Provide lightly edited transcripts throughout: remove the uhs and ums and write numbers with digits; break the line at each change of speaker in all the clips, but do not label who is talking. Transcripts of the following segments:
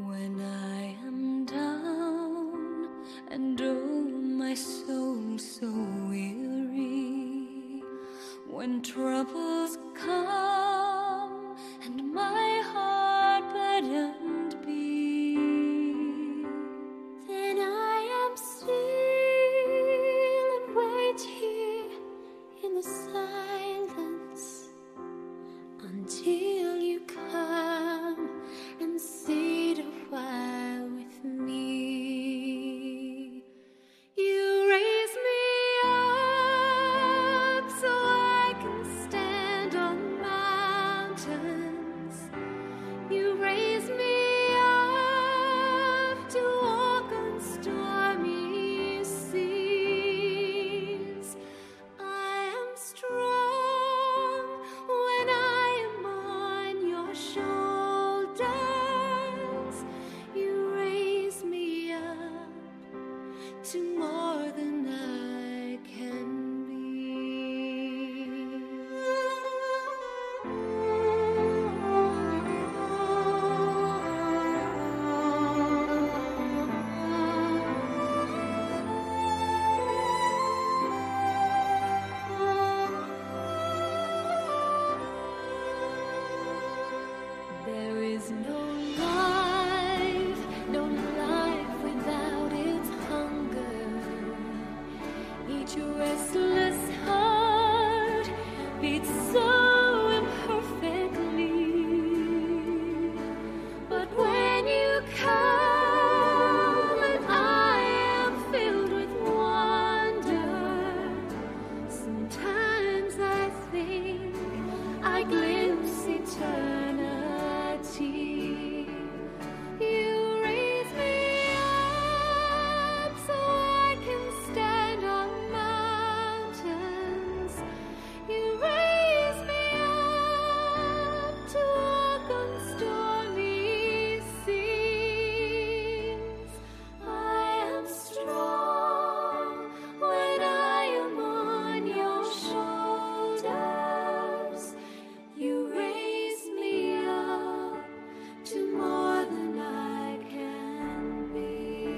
When I am down and oh my soul so weary, when troubles come and my heart burdened be, then I am still and wait here in the silence until you come and sit a while with me. You raise me up so I can stand on mountains. You raise me up to walk on stormy seas. I am strong when I am on your shoulders. You raise me up to more than I can be. There is no life without its hunger. Each restless heart beats so imperfectly. But when you come and I am filled with wonder, sometimes I think I glimpse eternity. You raise me up so I can stand on mountains. You raise me up to walk on stormy seas. I am strong when I am on your shoulders. You raise me up to more than I can be.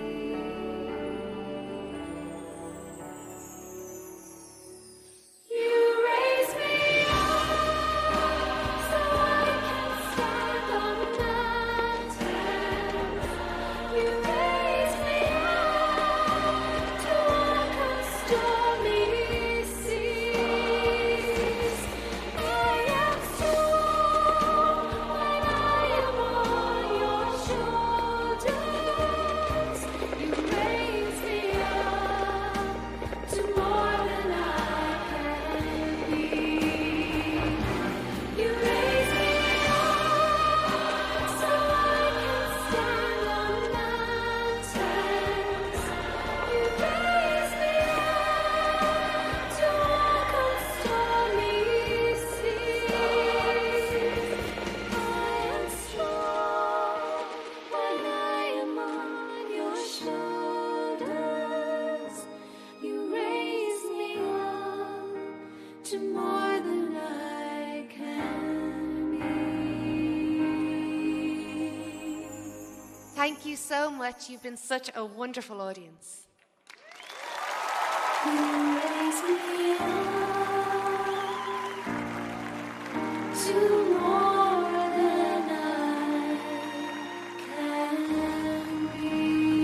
You raise me up so I can stand on mountains. You raise me up to walk on stormy seas. I am strong when I am on your shoulders. You raise me up to more than I can be. You raise me up so I can stand on mountains. You raise me up to walk on stormy seas. I am strong when I am on your shoulders. You raise me up to more than I can be.
Thank you so much. You've been such a wonderful audience.
You raise me up to more than I can be.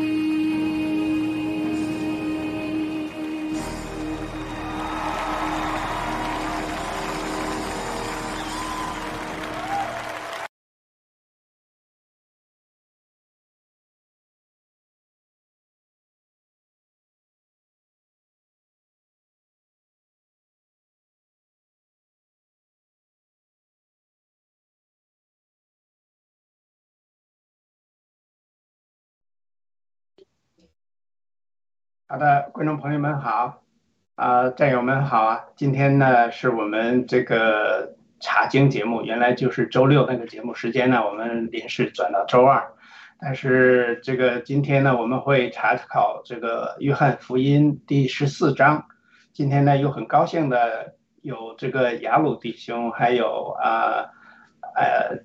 好的，观众朋友们好，战友们好啊！今天呢是我们这个查经节目，原来就是周六那个节目时间呢，我们临时转到周二，但是这个今天呢我们会查考这个约翰福音第14章。今天呢又很高兴的有这个雅鲁弟兄，还有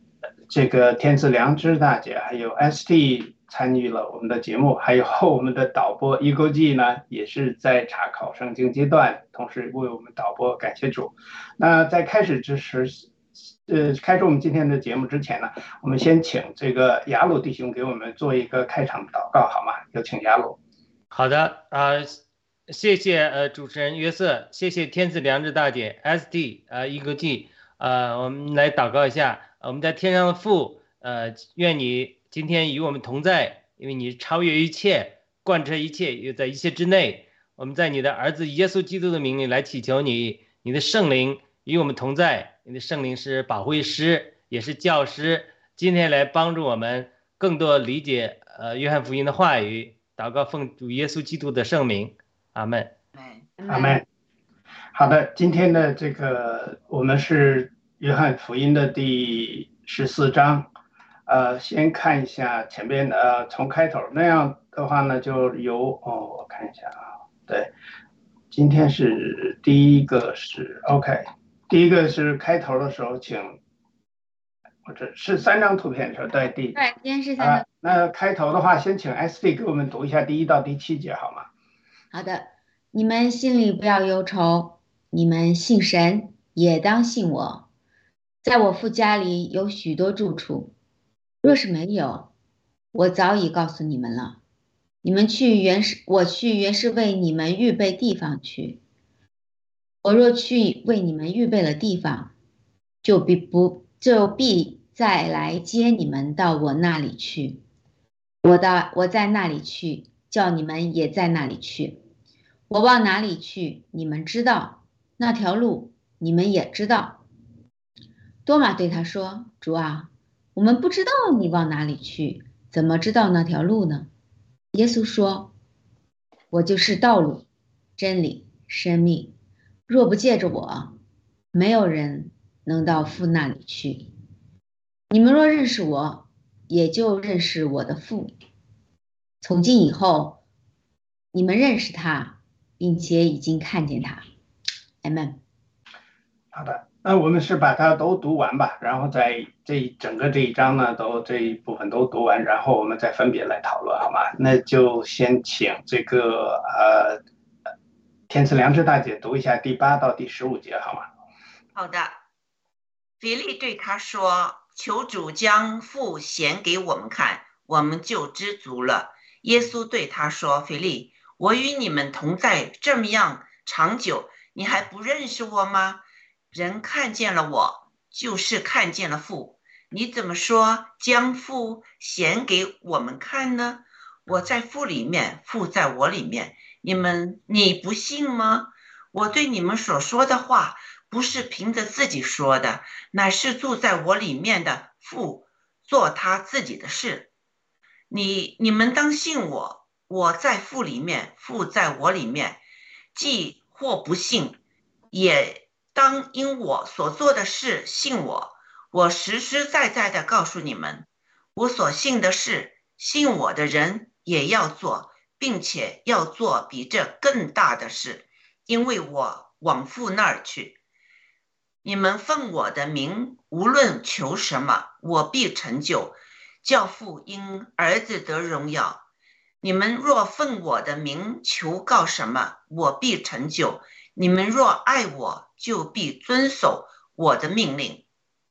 这个天赐良知大姐还有 ST 参与了我们的节目，还有我们的导播一勾记呢，也是在查考圣经阶段，同时为我们导播，感谢主。那在开始开始我们今天的节目之前呢，我们先请这个雅鲁弟兄给我们做一个开场祷告，好吗？有请雅鲁。
好的谢谢主持人约瑟，谢谢天赐良知大姐 ST 一勾记我们来祷告一下。我们在天上的父愿你今天与我们同在，因为你超越一切，贯彻一切，又在一切之内。我们在你的儿子耶稣基督的名里来祈求你的圣灵与我们同在。你的圣灵是保惠师，也是教师，今天来帮助我们更多理解约翰福音的话语。祷告奉主耶稣基督的圣名，阿们。
阿们。好的，今天的这个我们是约翰福音的第14章，先看一下前边从开头那样的话呢，就由我看一下啊，对，今天是第一个是 OK， 第一个是开头的时候，请或者是3张图片的时候，对，今
天是3张。
那开头的话，先请 SD 给我们读一下第1到第7节好吗？
好的，你们心里不要忧愁，你们信神也当信我，在我父家里有许多住处，若是没有，我早已告诉你们了。你们我去原是为你们预备地方去。我若去为你们预备了地方，就必再来接你们到我那里去。我在那里去，叫你们也在那里去。我往哪里去，你们知道，那条路你们也知道。多马对他说：主啊，我们不知道你往哪里去，怎么知道那条路呢？耶稣说：我就是道路、真理、生命，若不借着我，没有人能到父那里去。你们若认识我，也就认识我的父。从今以后，你们认识他，并且已经看见他。Amen。
好的，那我们是把它都读完吧，然后在整个这一章呢，这一部分都读完，然后我们再分别来讨论，好吗？那就先请这个天赐良知大姐读一下第8到第15节，好吗？
好的。腓利对他说：求主将父显给我们看，我们就知足了。耶稣对他说：腓利，我与你们同在这么样长久，你还不认识我吗？人看见了我，就是看见了父。你怎么说将父显给我们看呢？我在父里面，父在我里面，你不信吗？我对你们所说的话，不是凭着自己说的，乃是住在我里面的父做他自己的事。你们当信我，我在父里面，父在我里面。既或不信，也当因我所做的事信我。我实实在在的告诉你们，我所信的事，信我的人也要做，并且要做比这更大的事，因为我往父那儿去。你们奉我的名无论求什么，我必成就，叫父因儿子得荣耀。你们若奉我的名求告什么，我必成就。你们若爱我，就必遵守我的命令。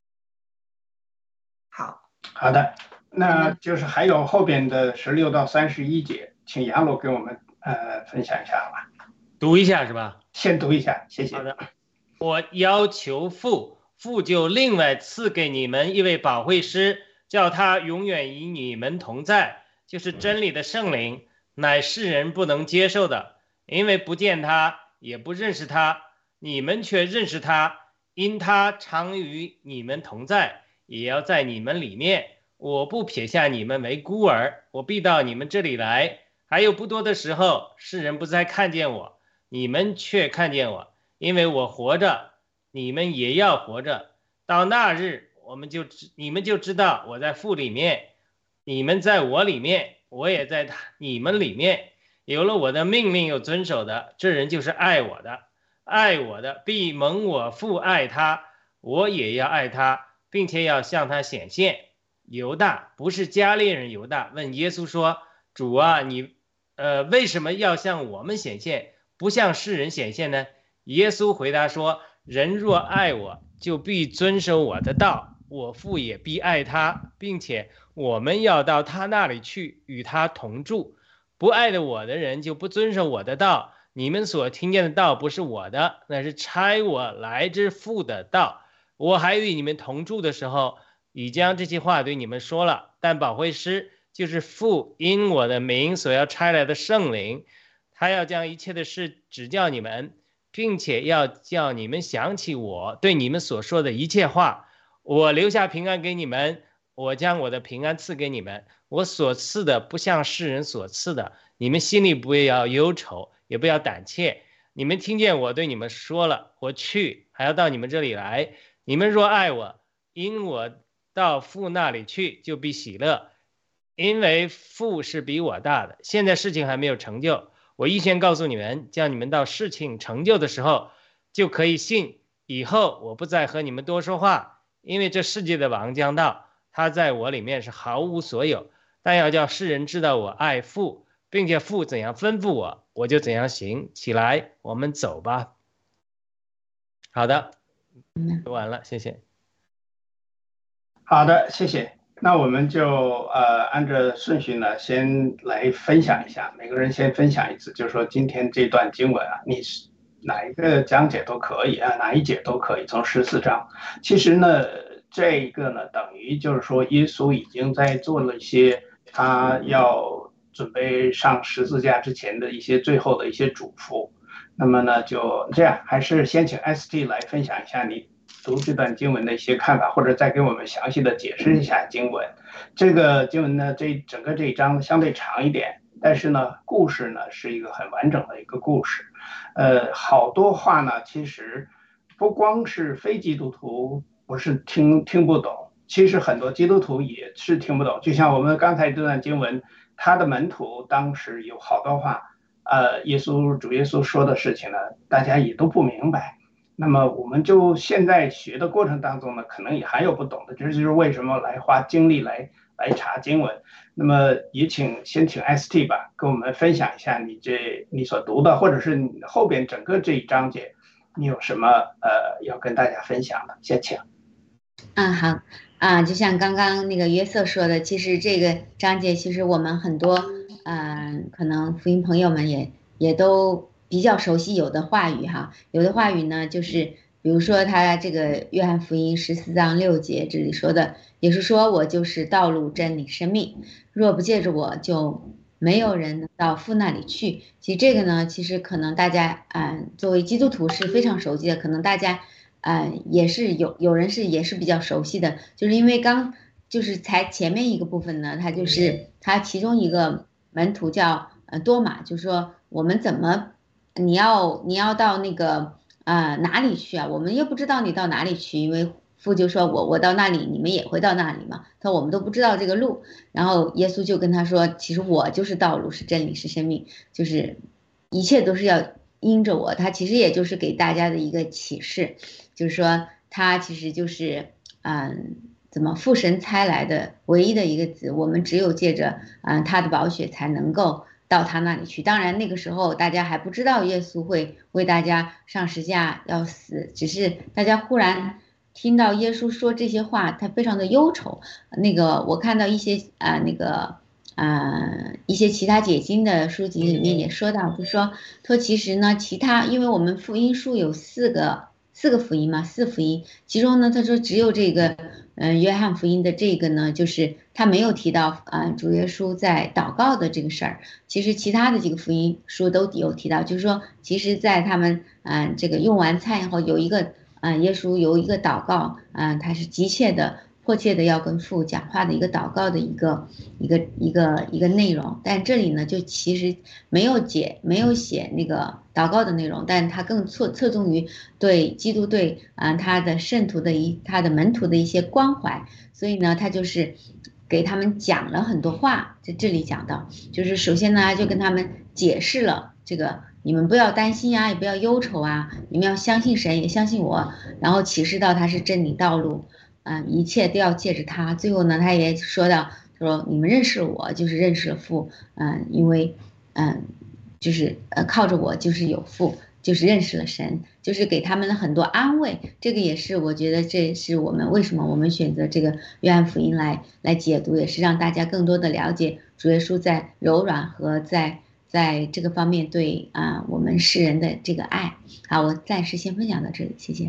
好的，那就是还有后边的16到31节，请杨罗给我们分享一下吧。
读一下是吧？
先读一下，谢谢。
好的，我要求父，父就另外赐给你们一位保惠师，叫他永远与你们同在，就是真理的圣灵，乃世人不能接受的，因为不见他，也不认识他，你们却认识他，因他常与你们同在，也要在你们里面。我不撇下你们为孤儿，我必到你们这里来。还有不多的时候，世人不再看见我，你们却看见我，因为我活着，你们也要活着。到那日，你们就知道我在父里面，你们在我里面，我也在你们里面。有了我的命令又遵守的，这人就是爱我的。爱我的必蒙我父爱他，我也要爱他， 并且要向他显现。犹大不是加利人犹大问耶稣说：主啊，你为什么要向我们显现，不向世人显现呢？耶稣回答说：人若爱我，就必遵守我的道，我父也必爱他，并且我们要到他那里去，与他同住。不爱的我的人就不遵守我的道。你们所听见的道不是我的，那是差我来之父的道。我还与你们同住的时候，已将这些话对你们说了。但保惠师就是父因我的名所要差来的圣灵，他要将一切的事指教你们，并且要叫你们想起我对你们所说的一切话。我留下平安给你们，我将我的平安赐给你们。我所赐的不像世人所赐的，你们心里不要忧愁，也不要胆怯。你们听见我对你们说了，我去还要到你们这里来。你们若爱我，因我到父那里去，就必喜乐，因为父是比我大的。现在事情还没有成就，我预先告诉你们，叫你们到事情成就的时候就可以信。以后我不再和你们多说话，因为这世界的王将到，他在我里面是毫无所有。但要叫世人知道我爱父，并且父怎样吩咐我，我就怎样行。起来，我们走吧。好的，读完了，谢谢。
好的，谢谢。那我们就按照顺序呢，先来分享一下，每个人先分享一次，就是说今天这段经文啊，你是哪一个讲解都可以啊，哪一节都可以，从14章。其实呢，这个呢，等于就是说耶稣已经在做了一些他要准备上十字架之前的一些最后的一些嘱咐。那么呢，就这样，还是先请 ST 来分享一下你读这段经文的一些看法，或者再给我们详细的解释一下经文。这个经文呢，整个这一章相对长一点，但是呢，故事呢是一个很完整的一个故事。好多话呢，其实不光是非基督徒不是听不懂，其实很多基督徒也是听不懂。就像我们刚才这段经文，他的门徒当时有好多话，主耶稣说的事情呢，大家也都不明白。那么我们就现在学的过程当中呢，可能也还有不懂的，这就是为什么来花精力来查经文。那么也先请 ST 吧，跟我们分享一下你所读的，或者是你后边整个这一章节，你有什么要跟大家分享的，先请。
好就像刚刚那个约瑟说的，其实这个章节其实我们很多可能福音朋友们也都比较熟悉有的话语哈，有的话语呢就是比如说他这个约翰福音14章6节这里说的，也是说我就是道路真理生命，若不借着我就没有人能到父那里去。其实这个呢，其实可能大家作为基督徒是非常熟悉的，可能大家也是有人也是比较熟悉的，就是因为就是才前面一个部分呢，他其中一个门徒叫多马，就是说我们怎么你要到那个哪里去啊？我们又不知道你到哪里去，因为父就说我到那里，你们也会到那里嘛。他说我们都不知道这个路，然后耶稣就跟他说，其实我就是道路，是真理，是生命，就是一切都是要因着我。他其实也就是给大家的一个启示，就是说他其实就是怎么父神差来的唯一的一个子，我们只有借着他的宝血才能够到他那里去。当然那个时候大家还不知道耶稣会为大家上十字架要死，只是大家忽然听到耶稣说这些话，他非常的忧愁。那个我看到一些一些其他解经的书籍里面也说到，就说其实呢，因为我们福音书有四个福音嘛，4福音，其中呢他说只有这个约翰福音的这个呢，就是他没有提到主耶稣在祷告的这个事儿。其实其他的几个福音书都有提到，就是说其实在他们这个用完菜以后有一个耶稣有一个祷告他是急切的迫切的要跟父讲话的一个祷告的一个内容。但这里呢就其实没有写那个祷告的内容，但他更侧重于对基督对他的圣徒他的门徒的一些关怀。所以呢他就是给他们讲了很多话，在这里讲到，就是首先呢就跟他们解释了这个你们不要担心也不要忧愁你们要相信神也相信我，然后启示到他是真理道路。 一切都要借着他。最后呢，他也说到，说你们认识我，就是认识了父，因为就是靠着我就是有父，就是认识了神，就是给他们了很多安慰。这个也是我觉得这是我们为什么我们选择这个约翰福音来解读，也是让大家更多的了解主耶稣在柔软和在这个方面对我们世人的这个爱。好，我暂时先分享到这里，谢谢。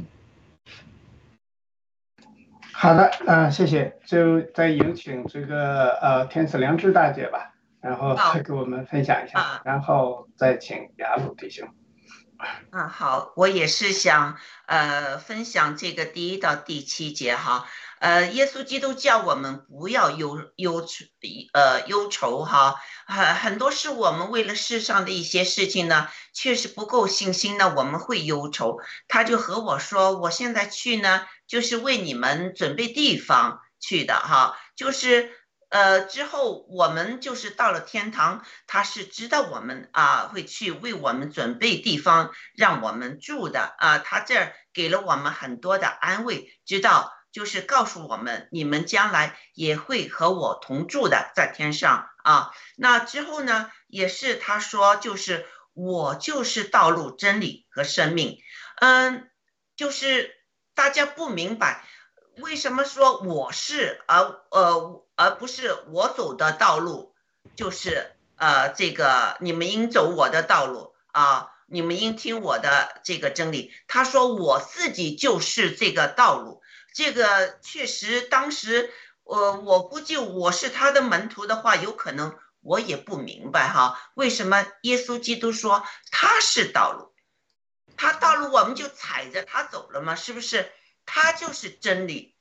好的，谢谢。就再有请这个天赐良知大姐吧，然后给我们分享一下，然后再请雅鲁弟兄。
好，我也是想分享这个第1到第7节哈。耶稣基督叫我们不要忧愁哈，很多是我们为了世上的一些事情呢，确实不够信心呢，我们会忧愁。他就和我说，我现在去呢，就是为你们准备地方去的哈，就是之后我们就是到了天堂，他是知道我们会去为我们准备地方让我们住的他这儿给了我们很多的安慰，知道就是告诉我们你们将来也会和我同住的在天上那之后呢也是他说就是我就是道路真理和生命就是大家不明白为什么说我是而不是我走的道路，就是这个你们应走我的道路你们应听我的这个真理。他说我自己就是这个道路，这个确实当时我估计我是他的门徒的话，有可能我也不明白为什么耶稣基督说他是道路，他道路我们就踩着他走了吗？是不是？他就是真理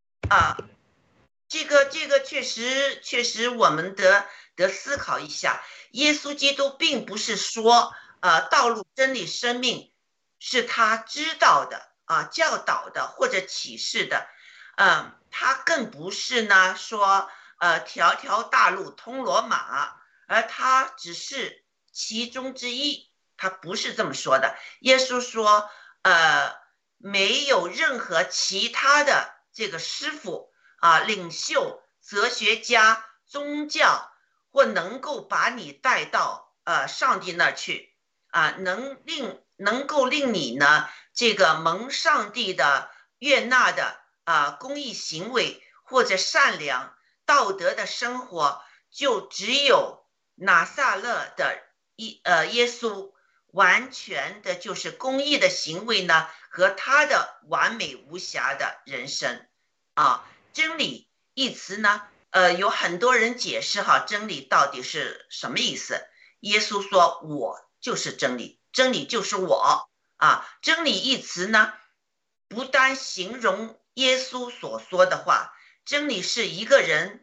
这个确实我们得思考一下，耶稣基督并不是说道路真理生命是他知道的教导的或者启示的他更不是呢说条条大路通罗马，而他只是其中之一，他不是这么说的。耶稣说没有任何其他的这个师傅领袖、哲学家、宗教或能够把你带到上帝那儿去能够令你呢这个蒙上帝的悦纳的公益行为或者善良道德的生活，就只有拿撒勒的耶稣，完全的就是公益的行为呢和他的完美无瑕的人生真理一词呢有很多人解释真理到底是什么意思。耶稣说我就是真理，真理就是我真理一词呢不单形容耶稣所说的话，真理是一个人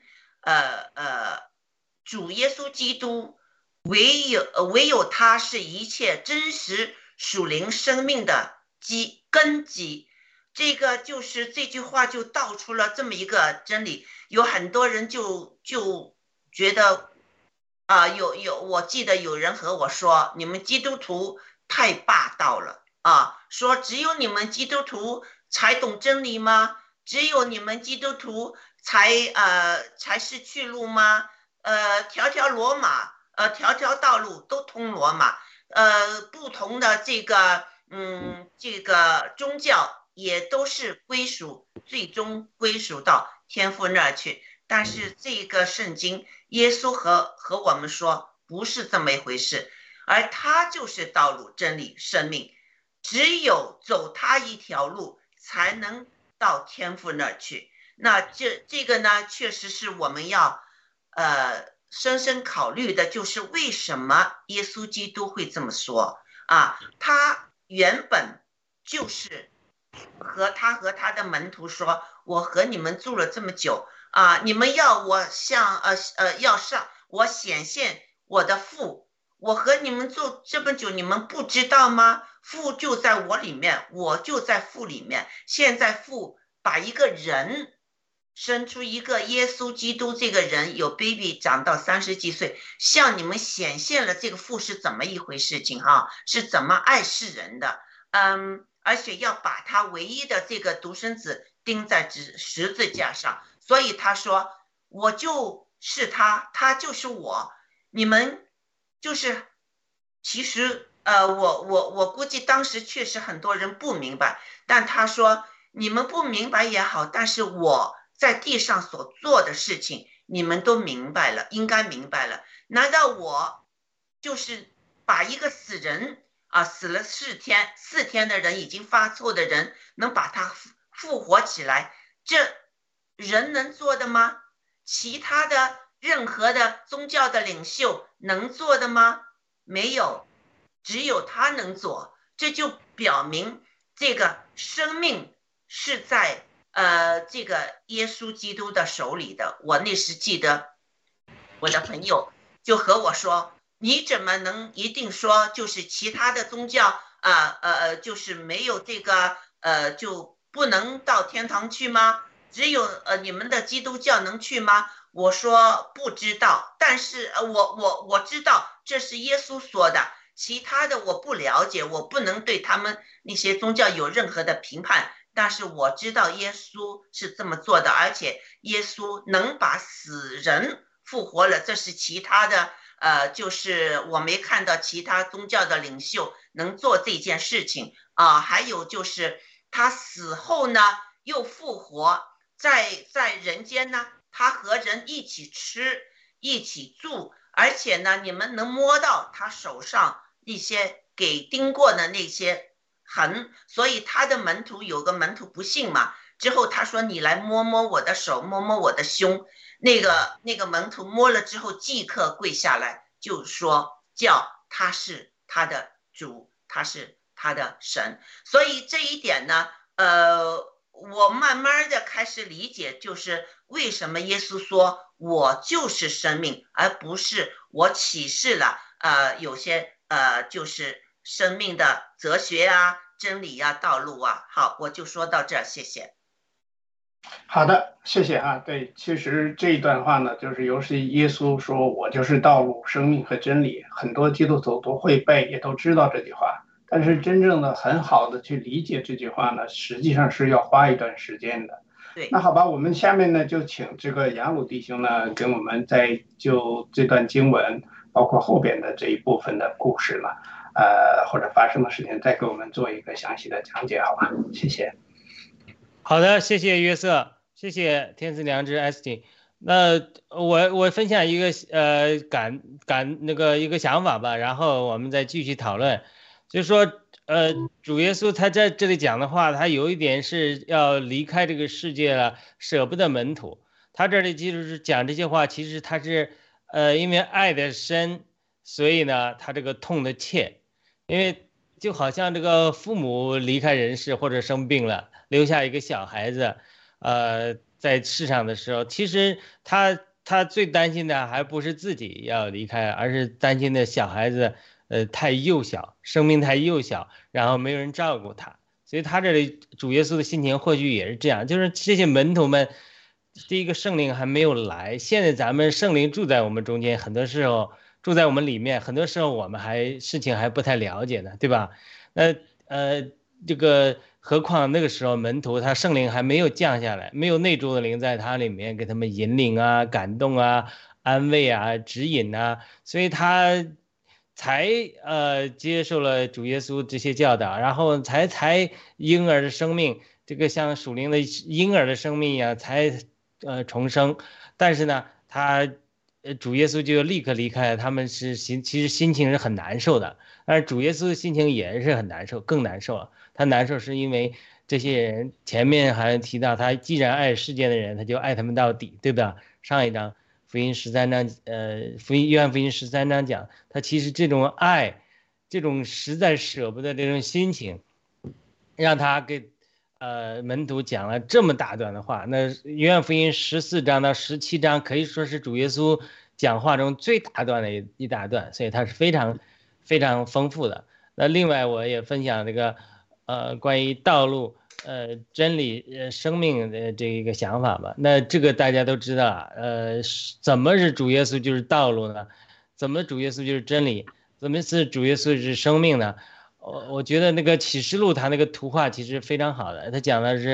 主耶稣基督唯有他是一切真实属灵生命的根基。这个就是这句话就道出了这么一个真理。有很多人就觉得我记得有人和我说你们基督徒太霸道了说只有你们基督徒才懂真理吗？只有你们基督徒才是去路吗？条条道路都通罗马不同的这个宗教也都是最终归属到天父那儿去。但是这个圣经耶稣和我们说不是这么一回事，而他就是道路真理生命，只有走他一条路才能到天父那儿去。那这个呢确实是我们要深深考虑的，就是为什么耶稣基督会这么说他原本就是和他的门徒说，我和你们住了这么久你们要我要上我显现我的父，我和你们住这么久，你们不知道吗？父就在我里面，我就在父里面。现在父把一个人生出一个耶稣基督，这个人有 baby 长到30几岁，向你们显现了这个父是怎么一回事情是怎么爱世人的而且要把他唯一的这个独生子钉在十字架上。所以他说我就是他，他就是我，你们就是其实我估计当时确实很多人不明白，但他说你们不明白也好，但是我在地上所做的事情你们都明白了，应该明白了。难道我就是把一个死人死了4天的人，已经发臭的人，能把他复活起来，这人能做的吗？其他的任何的宗教的领袖能做的吗？没有，只有他能做。这就表明这个生命是在这个耶稣基督的手里的。我那时记得我的朋友就和我说，你怎么能一定说就是其他的宗教就是没有这个就不能到天堂去吗？只有你们的基督教能去吗？我说不知道，但是我知道这是耶稣说的，其他的我不了解，我不能对他们那些宗教有任何的评判，但是我知道耶稣是这么做的，而且耶稣能把死人复活了，这是其他的就是我没看到其他宗教的领袖能做这件事情还有就是他死后呢又复活，在人间呢，他和人一起吃一起住，而且呢你们能摸到他手上一些给钉过的那些痕，所以他的门徒有个门徒不信嘛，之后他说你来摸摸我的手，摸摸我的胸，那个门徒摸了之后即刻跪下来，就说叫他是他的主，他是他的神。所以这一点呢我慢慢的开始理解，就是为什么耶稣说我就是生命，而不是我启示了有些就是生命的哲学真理道路好，我就说到这儿，谢谢。
好的，谢谢对，其实这一段话呢，就是尤其耶稣说我就是道路、生命和真理，很多基督徒都会背，也都知道这句话。但是真正的很好的去理解这句话呢，实际上是要花一段时间的。
对，
那好吧，我们下面呢就请这个杨鲁弟兄呢，跟我们再就这段经文，包括后边的这一部分的故事呢，或者发生的事情，再给我们做一个详细的讲解，好吧？谢谢。
好的，谢谢约瑟，谢谢天赐良知 ST。那我分享一个一个想法吧，然后我们再继续讨论。就是说主耶稣他在这里讲的话，他有一点是要离开这个世界了，舍不得门徒。他这里就是讲这些话，其实他是因为爱的深，所以呢他这个痛的切，因为就好像这个父母离开人世或者生病了，留下一个小孩子在世上的时候，其实他最担心的还不是自己要离开，而是担心的小孩子太幼小，生命太幼小，然后没有人照顾他。所以他这里主耶稣的心情或许也是这样，就是这些门徒们，第一个圣灵还没有来，现在咱们圣灵住在我们中间，很多时候住在我们里面，很多时候我们事情还不太了解呢，对吧？那这个何况那个时候门徒他圣灵还没有降下来，没有内住的灵在他里面给他们引领感动安慰指引所以他才接受了主耶稣这些教导，然后才婴儿的生命，这个像属灵的婴儿的生命一样才重生。但是呢主耶稣就立刻离开了，他们其实心情是很难受的，而主耶稣的心情也是很难受，更难受了。他难受是因为这些人前面还提到，他既然爱世界的人，他就爱他们到底，对吧？上一章福音13章约翰福音13章讲，他其实这种爱，这种实在舍不得这种心情，让他给门徒讲了这么大段的话。那约翰福音14章到17章可以说是主耶稣讲话中最大段的一大段，所以它是非常非常丰富的。那另外我也分享这个关于道路真理生命的这一个想法吧。那这个大家都知道怎么是主耶稣就是道路呢？怎么主耶稣就是真理？怎么是主耶稣是生命呢？我觉得那个启示录它那个图画其实非常好的，它讲的是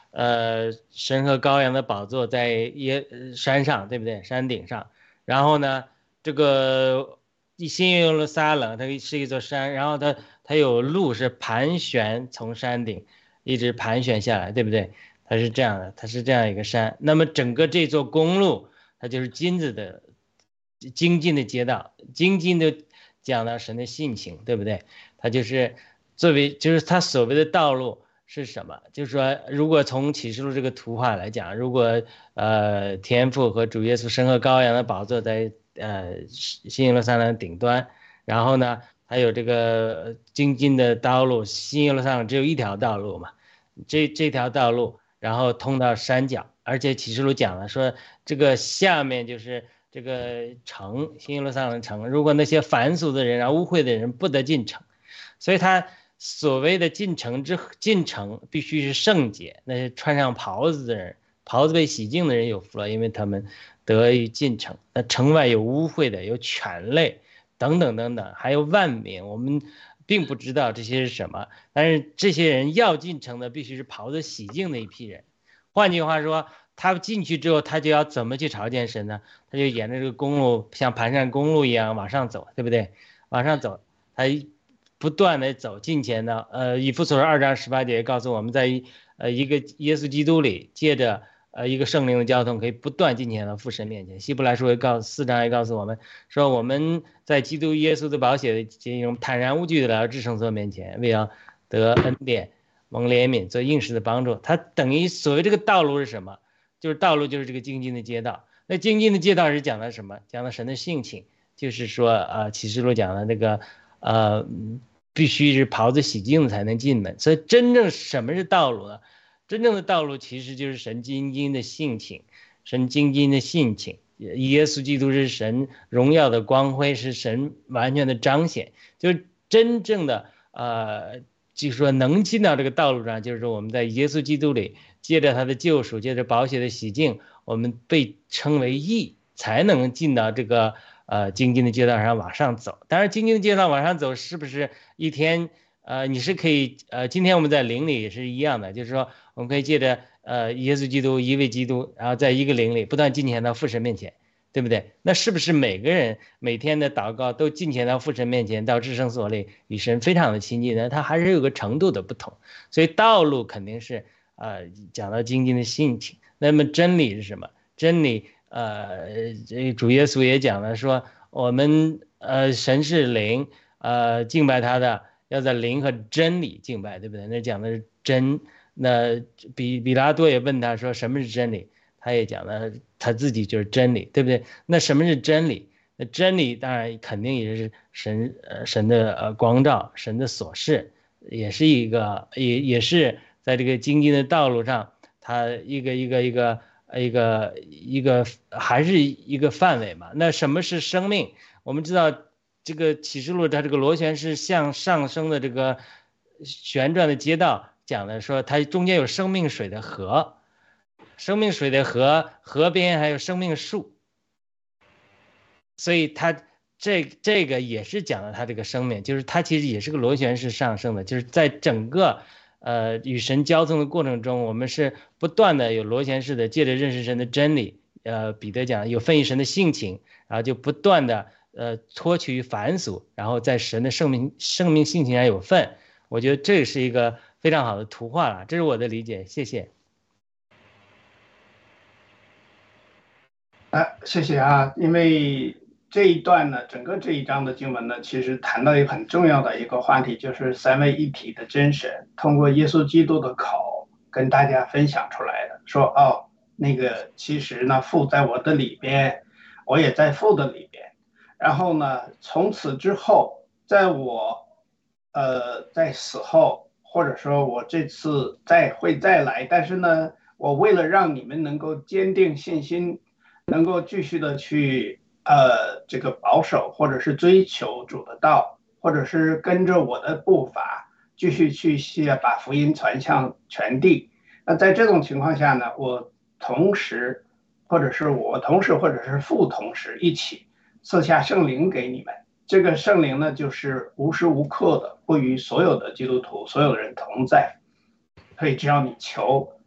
神和羔羊的宝座在山上，对不对？山顶上。然后呢，这个新耶路撒冷它是一座山，然后它有路是盘旋从山顶一直盘旋下来，对不对？它是这样的，它是这样一个山。那么整个这座公路，它就是金子的精进的街道，精进的讲到神的性情，对不对？它就是作为，就是它所谓的道路是什么？就是说，如果从启示录这个图画来讲，如果天父和主耶稣神和羔羊的宝座在新耶路撒冷顶端，然后呢，还有这个精进的道路，新耶路撒冷只有一条道路嘛，这条道路，然后通到山脚，而且启示录讲了说，这个下面就是这个城，新耶路撒冷城，如果那些凡俗的人啊、污秽的人不得进城，所以他所谓的进城必须是圣洁，那些穿上袍子的人，袍子被洗净的人有福了，因为他们得以进城。那城外有污秽的，有犬类等等等等，还有万民，我们并不知道这些是什么，但是这些人要进城的必须是袍子洗净的一批人。换句话说，他进去之后，他就要怎么去朝见神呢？他就沿着这个公路，像盘山公路一样往上走，对不对？往上走，他不断的走近前的。以弗所书2章18节告诉我们，在一个耶稣基督里，借着一个圣灵的交通，可以不断近前到父神面前。希伯来书4章也告诉我们说，我们在基督耶稣的宝血的结中，坦然无惧的来到至圣所面前，为要得恩典、蒙怜悯、做应时的帮助。它等于所谓这个道路是什么？就是道路就是这个精进的街道。那精进的街道是讲的什么？讲的神的性情，就是说启示录讲的那个必须是袍子洗净才能进门。所以真正什么是道路呢？真正的道路其实就是神精进的性情，神精进的性情。耶稣基督是神荣耀的光辉，是神完全的彰显。就是真正的就是说能进到这个道路上，就是说我们在耶稣基督里，借着他的救赎，借着宝血的洗净，我们被称为义，才能进到这个精进的街道上往上走。当然精进的街道往上走是不是一天你是可以今天我们在灵里也是一样的，就是说我们可以借着耶稣基督一位基督，然后在一个灵里不断进前到父神面前，对不对？那是不是每个人每天的祷告都进前到父神面前，到至圣所里与神非常的亲近呢？它还是有个程度的不同。所以道路肯定是讲到精进的性情。那么真理是什么？真理主耶稣也讲了说，我们神是灵，敬拜他的要在灵和真理敬拜，对不对？那讲的是真。那比拉多也问他说什么是真理，他也讲了他自己就是真理，对不对？那什么是真理？那真理当然肯定也是神的光照，神的所示，也是一个也是在这个精进的道路上，它一个还是一个范围嘛。那什么是生命？我们知道这个启示录它这个螺旋是向上升的这个旋转的街道，讲的说它中间有生命水的河，生命水的河边还有生命树，所以它这个也是讲了它这个生命，就是它其实也是个螺旋式上升的，就是在整个与神交通的过程中，我们是不断的有螺旋式的借着认识神的真理，彼得讲有分于神的性情，然后就不断的脱去凡俗，然后在神的生命性情上有份。我觉得这是一个非常好的图画了，这是我的理解，谢谢。
谢谢啊，因为这一段呢，整个这一章的经文呢，其实谈到一个很重要的一个话题，就是三位一体的真神通过耶稣基督的口跟大家分享出来的，说那个其实呢，父在我的里边，我也在父的里边，然后呢，从此之后，在我在死后，或者说我这次会再来，但是呢，我为了让你们能够坚定信心，能够继续的去这个保守或者是追求主的道，或者是跟着我的步伐继续去把福音传向全地。那在这种情况下呢，我同时或者是父同时一起赐下圣灵给你们。这个圣灵呢，就是无时无刻的会与所有的基督徒、所有的人同在。所以只要你求，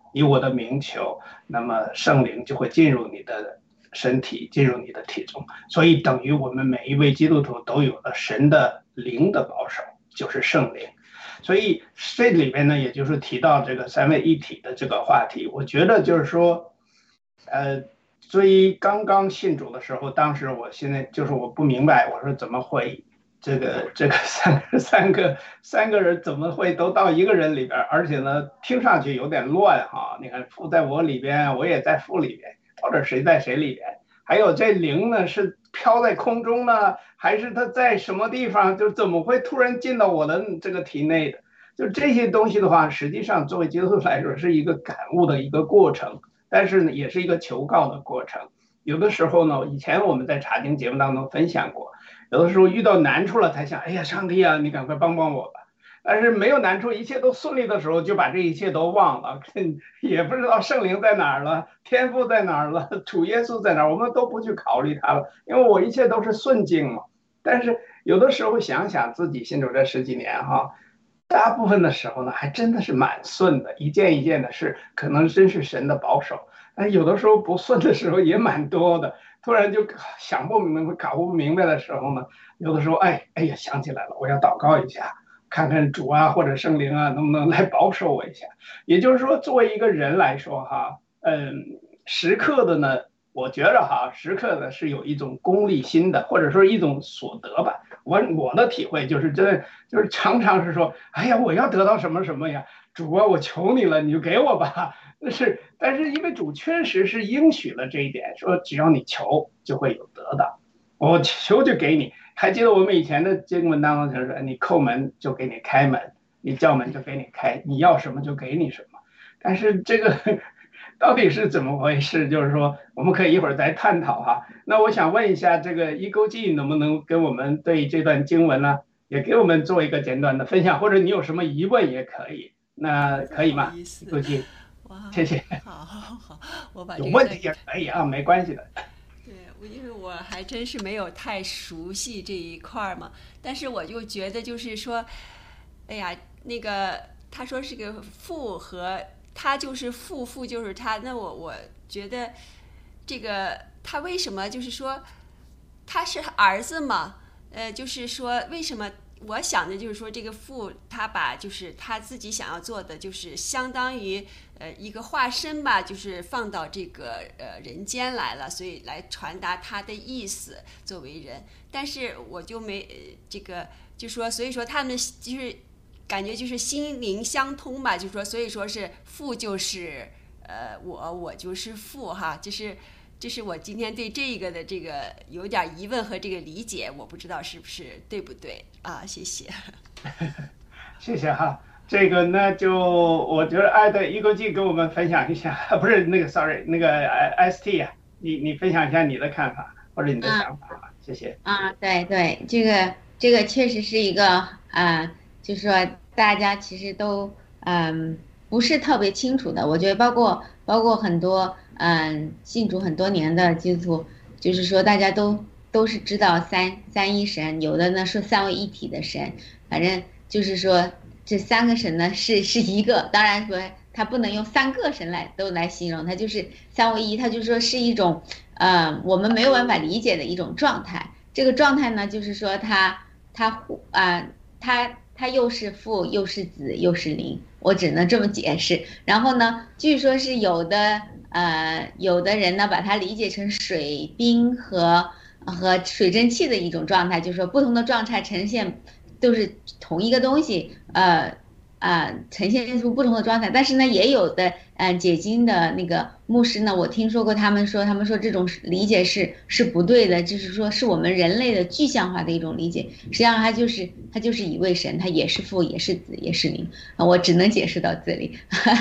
以我的名求，那么圣灵就会进入你的身体，进入你的体中。所以等于我们每一位基督徒都有了神的灵的保守，就是圣灵。所以这里边呢，也就是提到这个三位一体的这个话题。我觉得就是说，所以刚刚信主的时候，当时我现在就是我不明白，我说怎么会这个三个人怎么会都到一个人里边？而且呢，听上去有点乱哈。你看父在我里边，我也在父里边，或者谁在谁里边？还有这灵呢，是飘在空中呢，还是它在什么地方？就怎么会突然进到我的这个体内的？就这些东西的话，实际上作为基督徒来说是一个感悟的一个过程，但是呢，也是一个求告的过程。有的时候呢，以前我们在查经节目当中分享过，有的时候遇到难处了才想，哎呀，上帝啊，你赶快帮帮我吧。但是没有难处，一切都顺利的时候，就把这一切都忘了，也不知道圣灵在哪儿了，天父在哪儿了，主耶稣在哪儿，我们都不去考虑他了，因为我一切都是顺境嘛。但是有的时候想想自己信主这10几年哈，大部分的时候呢，还真的是蛮顺的，一件一件的事，可能真是神的保守。但有的时候不顺的时候也蛮多的，突然就想不明白、搞不明白的时候呢，有的时候哎呀想起来了，我要祷告一下。看看主啊或者圣灵啊能不能来保守我一下。也就是说，作为一个人来说哈，时刻的呢，我觉得哈，时刻的是有一种功利心的，或者说一种所得吧。我的体会就是就是常常是说，哎呀，我要得到什么什么呀，主啊，我求你了，你就给我吧。但是因为主确实是应许了这一点，说只要你求就会有得到，我求就给你。还记得我们以前的经文当中就是说，你叩门就给你开门，你叫门就给你开，你要什么就给你什么。但是这个到底是怎么回事？就是说，我们可以一会儿再探讨哈。那我想问一下，这个一钩记能不能跟我们对这段经文呢，也给我们做一个简短的分享，或者你有什么疑问也可以。那可以吗？一钩记，谢谢。
好，我把
有问题也可以啊，没关系的。
因为我还真是没有太熟悉这一块嘛，但是我就觉得就是说，哎呀，那个他说是个父和他就是父，父就是他，那我觉得这个他为什么就是说他是儿子嘛？就是说为什么？我想的就是说，这个父他把就是他自己想要做的，就是相当于一个化身吧，就是放到这个人间来了，所以来传达他的意思作为人。但是我就没这个就说，所以说他们就是感觉就是心灵相通吧，就是说，所以说是父就是我就是父哈，这是我今天对这个的这个有点疑问和这个理解，我不知道是不是对不对啊？谢谢。
谢谢哈，这个呢就我觉得爱的一钩记给我们分享一下，不是那个 sorry 那个 ST 啊，你分享一下你的看法或者你的想法吧，谢谢。
对，这个确实是一个就是说大家其实都不是特别清楚的，我觉得包括很多信主很多年的基督徒，就是说大家都是知道三一神，有的呢说三位一体的神，反正就是说这3个神呢是一个，当然说他不能用3个神都来形容，他就是三位一，他就说是一种我们没有办法理解的一种状态。这个状态呢，就是说他又是父又是子又是灵，我只能这么解释。然后呢，据说是有的人呢把它理解成水冰和水蒸气的一种状态，就是说不同的状态呈现都是同一个东西，呈现出不同的状态。但是呢，也有的解经的那个牧师呢，我听说过他们说这种理解是不对的，就是说是我们人类的具象化的一种理解。实际上他就是一位神，他也是父也是子也是灵，我只能解释到这里。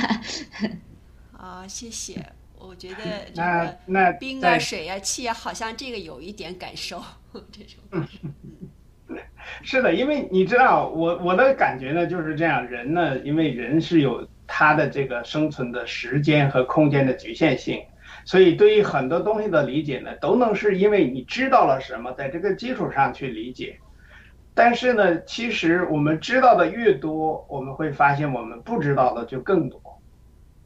谢谢。我觉得这个冰啊水啊气啊，好像这个有一点感受这种。
是的，因为你知道我的感觉呢就是这样，人呢，因为人是有他的这个生存的时间和空间的局限性，所以对于很多东西的理解呢，都能是因为你知道了什么，在这个基础上去理解。但是呢，其实我们知道的越多，我们会发现我们不知道的就更多。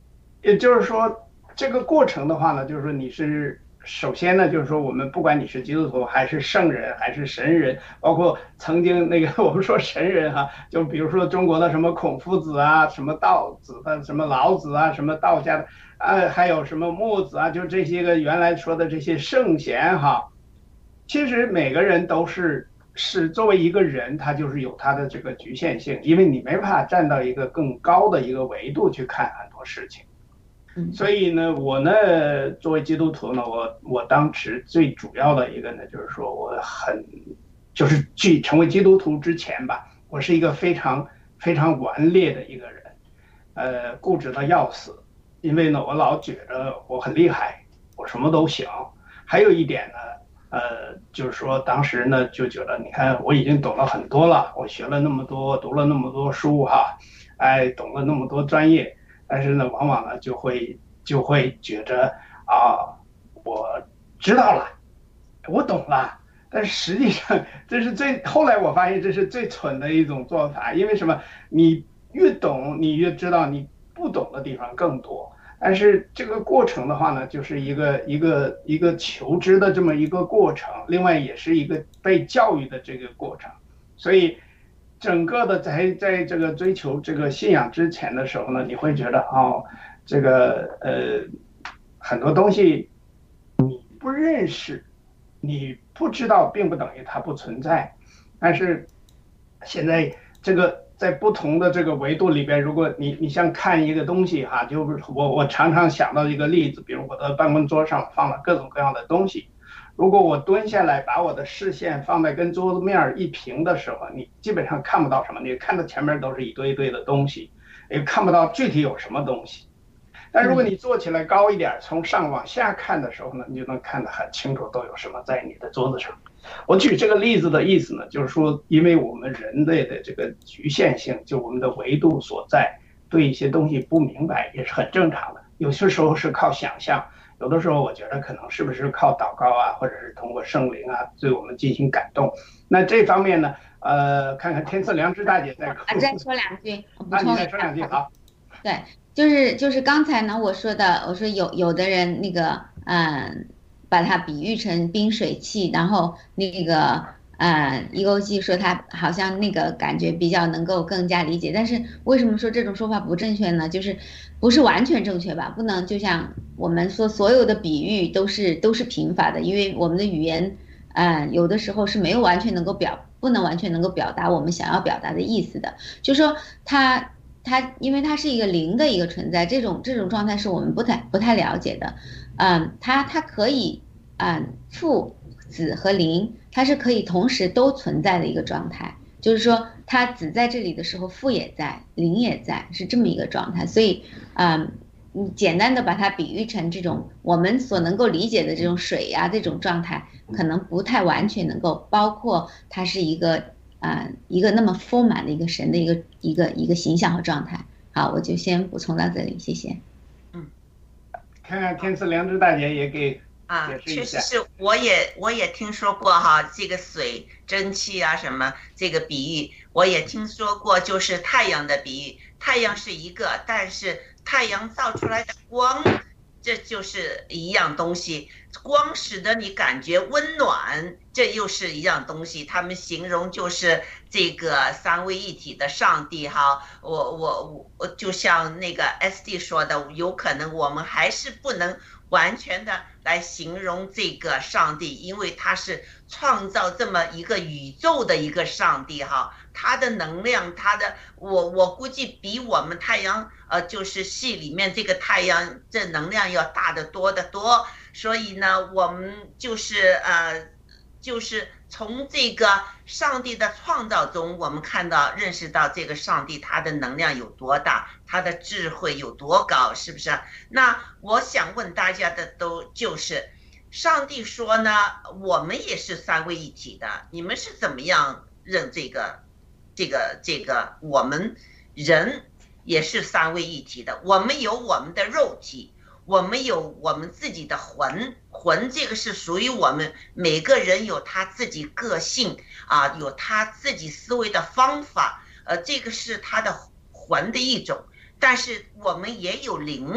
也就是说，这个过程的话呢，就是说你是首先呢，就是说我们不管你是基督徒还是圣人还是神人，包括曾经那个我们说神人哈，就比如说中国的什么孔夫子啊，什么道子的，什么老子啊，什么道家的还有什么墨子啊，就这些个原来说的这些圣贤哈，其实每个人都是作为一个人，他就是有他的这个局限性，因为你没办法站到一个更高的一个维度去看很多事情。所以呢，我呢作为基督徒呢，我当时最主要的一个呢，就是说就是成为基督徒之前吧，我是一个非常非常顽劣的一个人，固执的要死，因为呢我老觉得我很厉害，我什么都行。还有一点呢，就是说当时呢就觉得，你看我已经懂了很多了，我学了那么多，读了那么多书哈，懂了那么多专业。但是呢，往往呢就会觉着我知道了，我懂了，但是实际上这是后来我发现这是最蠢的一种做法，因为什么？你越懂，你越知道你不懂的地方更多。但是这个过程的话呢，就是一个求知的这么一个过程，另外也是一个被教育的这个过程，所以。整个的在这个追求这个信仰之前的时候呢，你会觉得这个很多东西你不认识，你不知道，并不等于它不存在。但是现在这个在不同的这个维度里边，如果你像看一个东西哈，就是我常常想到一个例子，比如我的办公桌上放了各种各样的东西。如果我蹲下来把我的视线放在跟桌子面一平的时候，你基本上看不到什么，你看到前面都是一堆一堆的东西，也看不到具体有什么东西。但如果你坐起来高一点，从上往下看的时候呢，你就能看得很清楚都有什么在你的桌子上。我举这个例子的意思呢，就是说因为我们人类的这个局限性，就我们的维度所在，对一些东西不明白也是很正常的，有些时候是靠想象，有的时候我觉得可能是不是靠祷告啊，或者是通过圣灵啊对我们进行感动。那这方面呢，看看天赐良知大姐在
再说两句，我补充
你再说两句好。
对，就是刚才呢我说的，我说有的人那个把它比喻成冰水器，然后那个一勾记说他好像那个感觉比较能够更加理解，但是为什么说这种说法不正确呢？就是不是完全正确吧，不能就像我们说所有的比喻都是贫乏的，因为我们的语言有的时候是没有完全能够不能完全能够表达我们想要表达的意思的，就说它因为它是一个灵的一个存在，这种状态是我们不太了解的。它可以父子和灵，它是可以同时都存在的一个状态，就是说它子在这里的时候，父也在，灵也在，是这么一个状态。所以你简单的把它比喻成这种我们所能够理解的这种水呀这种状态，可能不太完全能够包括它是一个那么丰满的一个神的一个形象和状态。好，我就先补充到这里，谢谢。
看看天赐良知大姐也给
确实是，我也听说过哈，这个水蒸气啊什么这个比喻，我也听说过，就是太阳的比喻，太阳是一个，但是太阳照出来的光，这就是一样东西，光使得你感觉温暖，这又是一样东西。他们形容就是这个三位一体的上帝哈。我就像那个 SD 说的，有可能我们还是不能完全的来形容这个上帝，因为他是创造这么一个宇宙的一个上帝哈，他的能量，他的我估计比我们太阳就是系里面这个太阳这能量要大得多得多，所以呢，我们就是从这个上帝的创造中，我们认识到这个上帝他的能量有多大，他的智慧有多高，是不是？那我想问大家的就是上帝说呢，我们也是三位一体的，你们是怎么样认这个我们人也是三位一体的，我们有我们的肉体，我们有我们自己的魂，这个是属于我们每个人有他自己个性有他自己思维的方法，这个是他的魂的一种，但是我们也有灵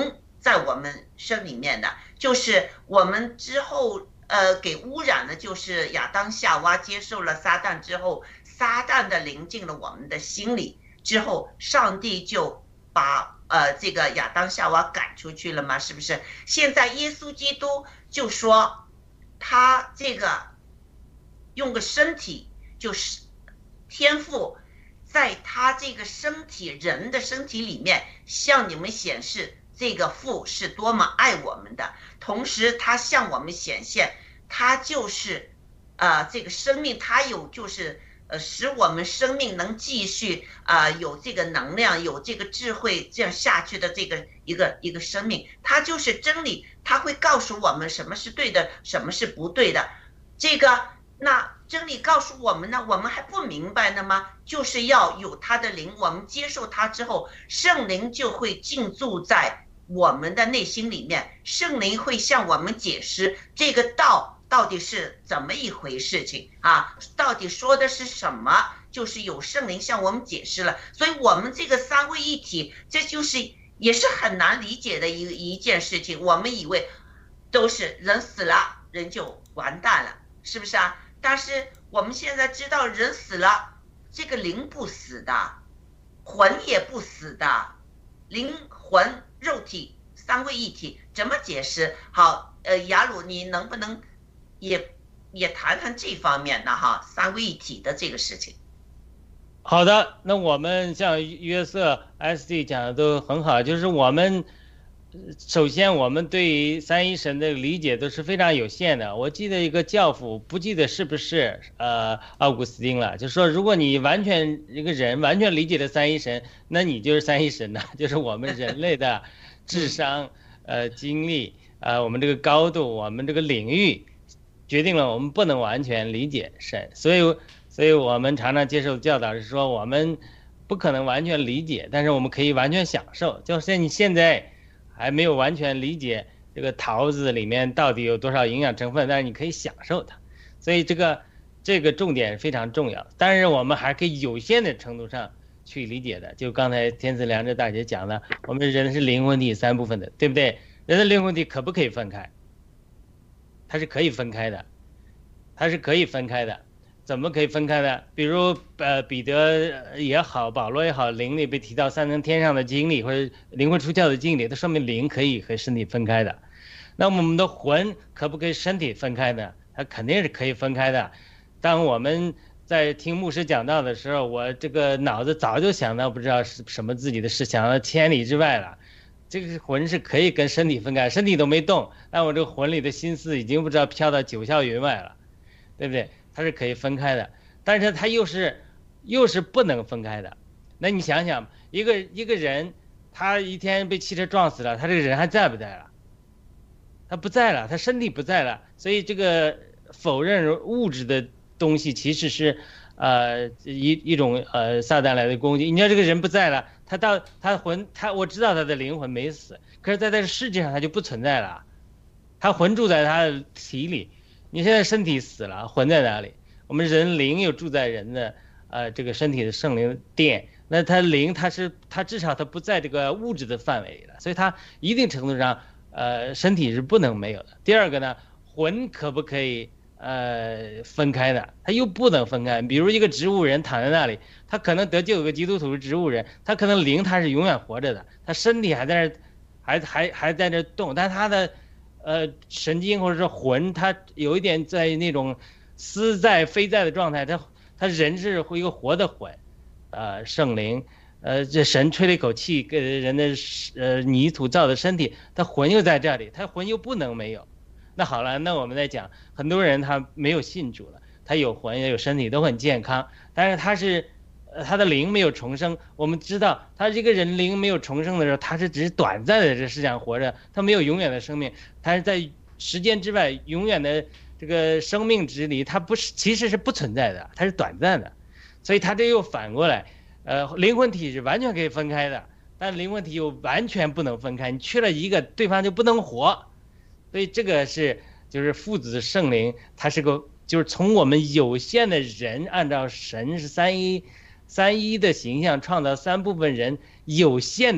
在我们身里面的，就是我们之后给污染的，就是亚当夏娃接受了撒旦之后，撒旦的灵进了我们的心里之后，上帝就把这个亚当夏娃赶出去了嘛，是不是？现在耶稣基督就说他这个用个身体，就是天父在他这个身体人的身体里面向你们显示这个父是多么爱我们的，同时他向我们显现他就是这个生命，他有就是使我们生命能继续有这个能量，有这个智慧，这样下去的这个一个生命，它就是真理，它会告诉我们什么是对的，什么是不对的。这个那真理告诉我们呢，我们还不明白呢吗？就是要有他的灵，我们接受他之后，圣灵就会进驻在我们的内心里面，圣灵会向我们解释这个道到底是怎么一回事情啊？到底说的是什么？就是有圣灵向我们解释了，所以我们这个三位一体，这就是也是很难理解的一件事情。我们以为都是人死了，人就完蛋了，是不是啊？但是我们现在知道，人死了，这个灵不死的，魂也不死的，灵魂肉体三位一体，怎么解释？好，雅鲁，你能不能也谈谈这方面的哈，三位一体的这个事情？
好的，那我们像约瑟 SD 讲的都很好，就是我们首先我们对于三一神的理解都是非常有限的。我记得一个教父，不记得是不是奥古斯丁了，就是说如果你完全一个人完全理解了三一神，那你就是三一神呐，就是我们人类的智商经历我们这个高度，我们这个领域决定了我们不能完全理解神，所以我们常常接受教导是说我们不可能完全理解，但是我们可以完全享受。就是你现在还没有完全理解这个桃子里面到底有多少营养成分，但是你可以享受它，所以这个重点非常重要。但是我们还可以有限的程度上去理解的，就刚才天赐良知大姐讲的，我们人是灵魂体三部分的，对不对？人的灵魂体可不可以分开？它是可以分开的，它是可以分开的。怎么可以分开的？比如彼得也好，保罗也好，灵里被提到三层天上的经历或者灵魂出窍的经历，它说明灵可以和身体分开的。那么我们的魂可不可以身体分开呢？它肯定是可以分开的。当我们在听牧师讲道的时候，我这个脑子早就想到不知道是什么自己的事，想到千里之外了。这个魂是可以跟身体分开，身体都没动，但我这个魂里的心思已经不知道飘到九霄云外了，对不对？它是可以分开的，但是它又是不能分开的。那你想想，一个人他一天被汽车撞死了，他这个人还在不在了？他不在了，他身体不在了。所以这个否认物质的东西其实是一种撒旦来的攻击。你要这个人不在了，我知道他的灵魂没死，可是在这个世界上他就不存在了，他魂住在他的体里。你现在身体死了，魂在哪里？我们人灵又住在人的这个身体的圣灵的殿，那他灵他至少他不在这个物质的范围里了，所以他一定程度上身体是不能没有的。第二个呢，魂可不可以分开的？他又不能分开。比如一个植物人躺在那里，他可能得救有个基督徒植物人，他可能灵他是永远活着的，他身体还在那还在那动，但他的神经或者是魂，它有一点在那种思在非在的状态，它人是一个活的魂，圣灵，这神吹了一口气给人的泥土造的身体，他魂又在这里，他魂又不能没有。那好了，那我们再讲，很多人他没有信主了，他有魂也有身体都很健康，但是他的灵没有重生。我们知道他这个人灵没有重生的时候，他是只是短暂的这世上活着，他没有永远的生命，他是在时间之外永远的这个生命之里，他其实是不存在的，他是短暂的。所以他这又反过来，灵魂体是完全可以分开的，但灵魂体又完全不能分开，你缺了一个，对方就不能活。所以这个就是父子圣灵，它是个就是从我们有限的人，按照神是三一的形象创造三部分人有限的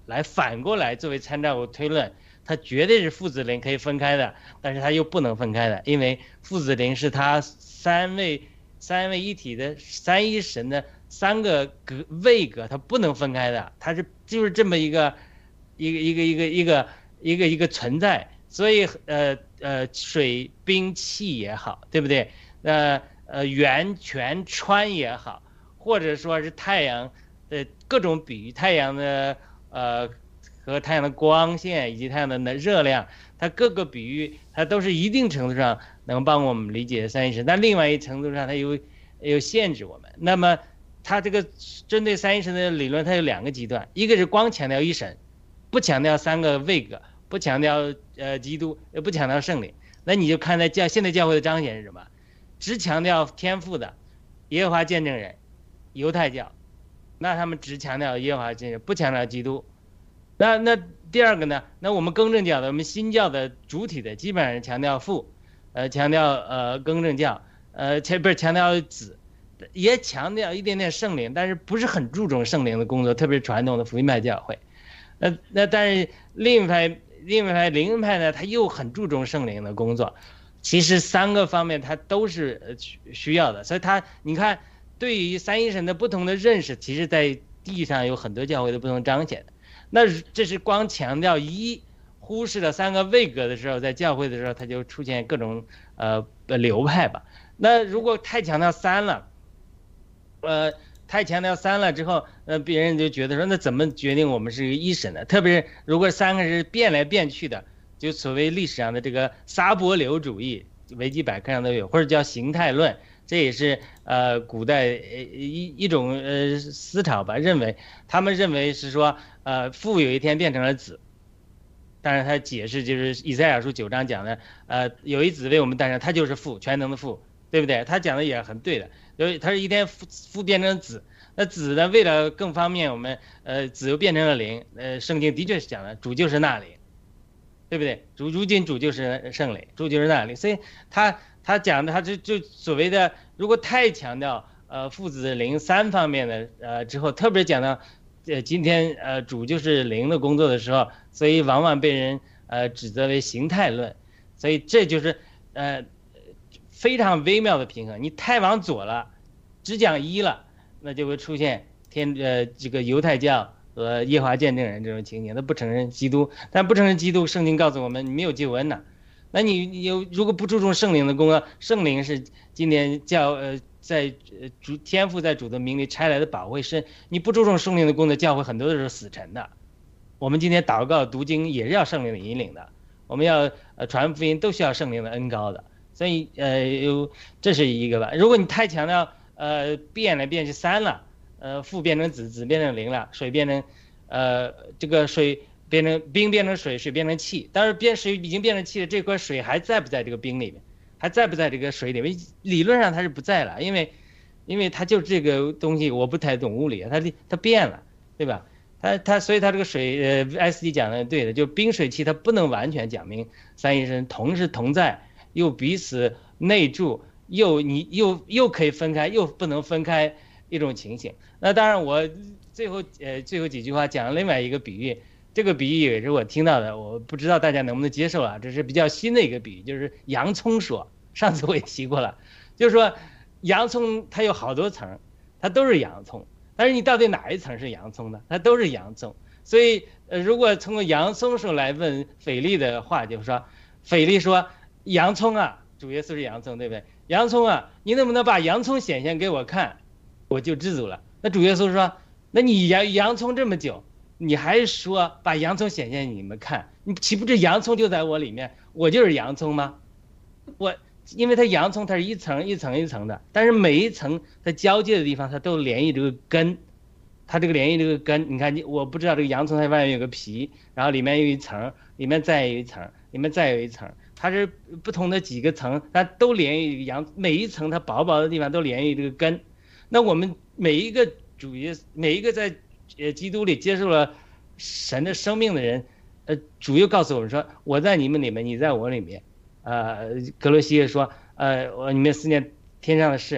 来反过来作为参照物推论，它绝对是父子灵可以分开的，但是它又不能分开的，因为父子灵是它三位一体的三一神的三个位格，它不能分开的，它就是这么一个存在。所以水冰气也好，对不对？圆泉川也好，或者说是太阳的各种比喻，太阳的和太阳的光线以及太阳的热量，它各个比喻它都是一定程度上能帮我们理解三一神，但另外一程度上它有限制我们。那么它这个针对三一神的理论，它有两个极端，一个是光强调一神，不强调三个位格，不强调基督，也不强调圣灵。那你就看在现代教会的彰显是什么？只强调天父的耶和华见证人，犹太教，那他们只强调耶和华见证人，不强调基督。那第二个呢？那我们更正教的，我们新教的主体的基本上是强调父，强调更正教，不是强调子，也强调一点点圣灵，但是不是很注重圣灵的工作，特别是传统的福音派教会。那但是另一派灵恩派呢，他又很注重圣灵的工作。其实三个方面它都是需要的，所以你看，对于三一神的不同的认识，其实在地上有很多教会的不同彰显的。那这是光强调一，忽视了三个位格的时候，在教会的时候，它就出现各种流派吧。那如果太强调三了，之后，别人就觉得说，那怎么决定我们是一个一神呢？特别是如果三个是变来变去的，就所谓历史上的这个撒伯流主义，维基百科上都有，或者叫形态论，这也是古代一种思潮吧，他们认为是说父有一天变成了子，当然他解释就是以赛亚书9章讲的有一子为我们诞生，他就是父，全能的父，对不对？他讲的也很对的，他是一天父变成子，那子呢为了更方便我们子又变成了灵，圣经的确是讲的主就是那灵，对不对？如今主就是圣灵，主就是那灵，所以他讲的他就所谓的，如果太强调父子灵三方面的之后，特别讲到今天主就是灵的工作的时候，所以往往被人指责为形态论，所以这就是非常微妙的平衡。你太往左了，只讲一了，那就会出现这个犹太教和耶和华见证人这种情形，他不承认基督，但不承认基督，圣经告诉我们你没有救恩呐。那你如果不注重圣灵的工作，圣灵是今天在天父在主的名里差来的保惠师，你不注重圣灵的工作，教会很多都是死沉的。我们今天祷告读经也是要圣灵的引领的，我们要传福音都需要圣灵的恩膏的，所以这是一个吧。如果你太强调变来变去三了，父变成子，子变成灵了，水变成这个水变成冰，变成水，水变成气。但是水已经变成气了，这块水还在不在这个冰里面，还在不在这个水里面？理论上它是不在了，因为它就这个东西，我不太懂物理，它变了，对吧？所以它这个水SD 讲的对的，就冰水气它不能完全讲明三一神同是同在，又彼此内住，又可以分开，又不能分开一种情形。那当然我最后几句话讲了另外一个比喻，这个比喻也是我听到的，我不知道大家能不能接受啊，这是比较新的一个比喻，就是洋葱说，上次我也提过了，就是说洋葱它有好多层，它都是洋葱，但是你到底哪一层是洋葱呢？它都是洋葱。所以如果从洋葱说来问腓力的话，就是说腓力说洋葱啊，主耶稣是洋葱，对不对？洋葱啊，你能不能把洋葱显现给我看，我就知足了。那主耶稣说，那你洋葱这么久，你还说把洋葱显现你们看，你岂不知洋葱就在我里面，我就是洋葱吗？因为它洋葱它是一层一层一层的，但是每一层它交界的地方它都连于这个根，它这个连于这个根，你看我不知道这个洋葱它外面有个皮，然后里面有一层，里面再有一层，里面再有一层，它是不同的几个层，它都连于每一层它薄薄的地方都连于这个根。那我们每一个在基督里接受了神的生命的人，主又告诉我们说，我在你们里面，你在我里面。格罗西也说，你们思念天上的事，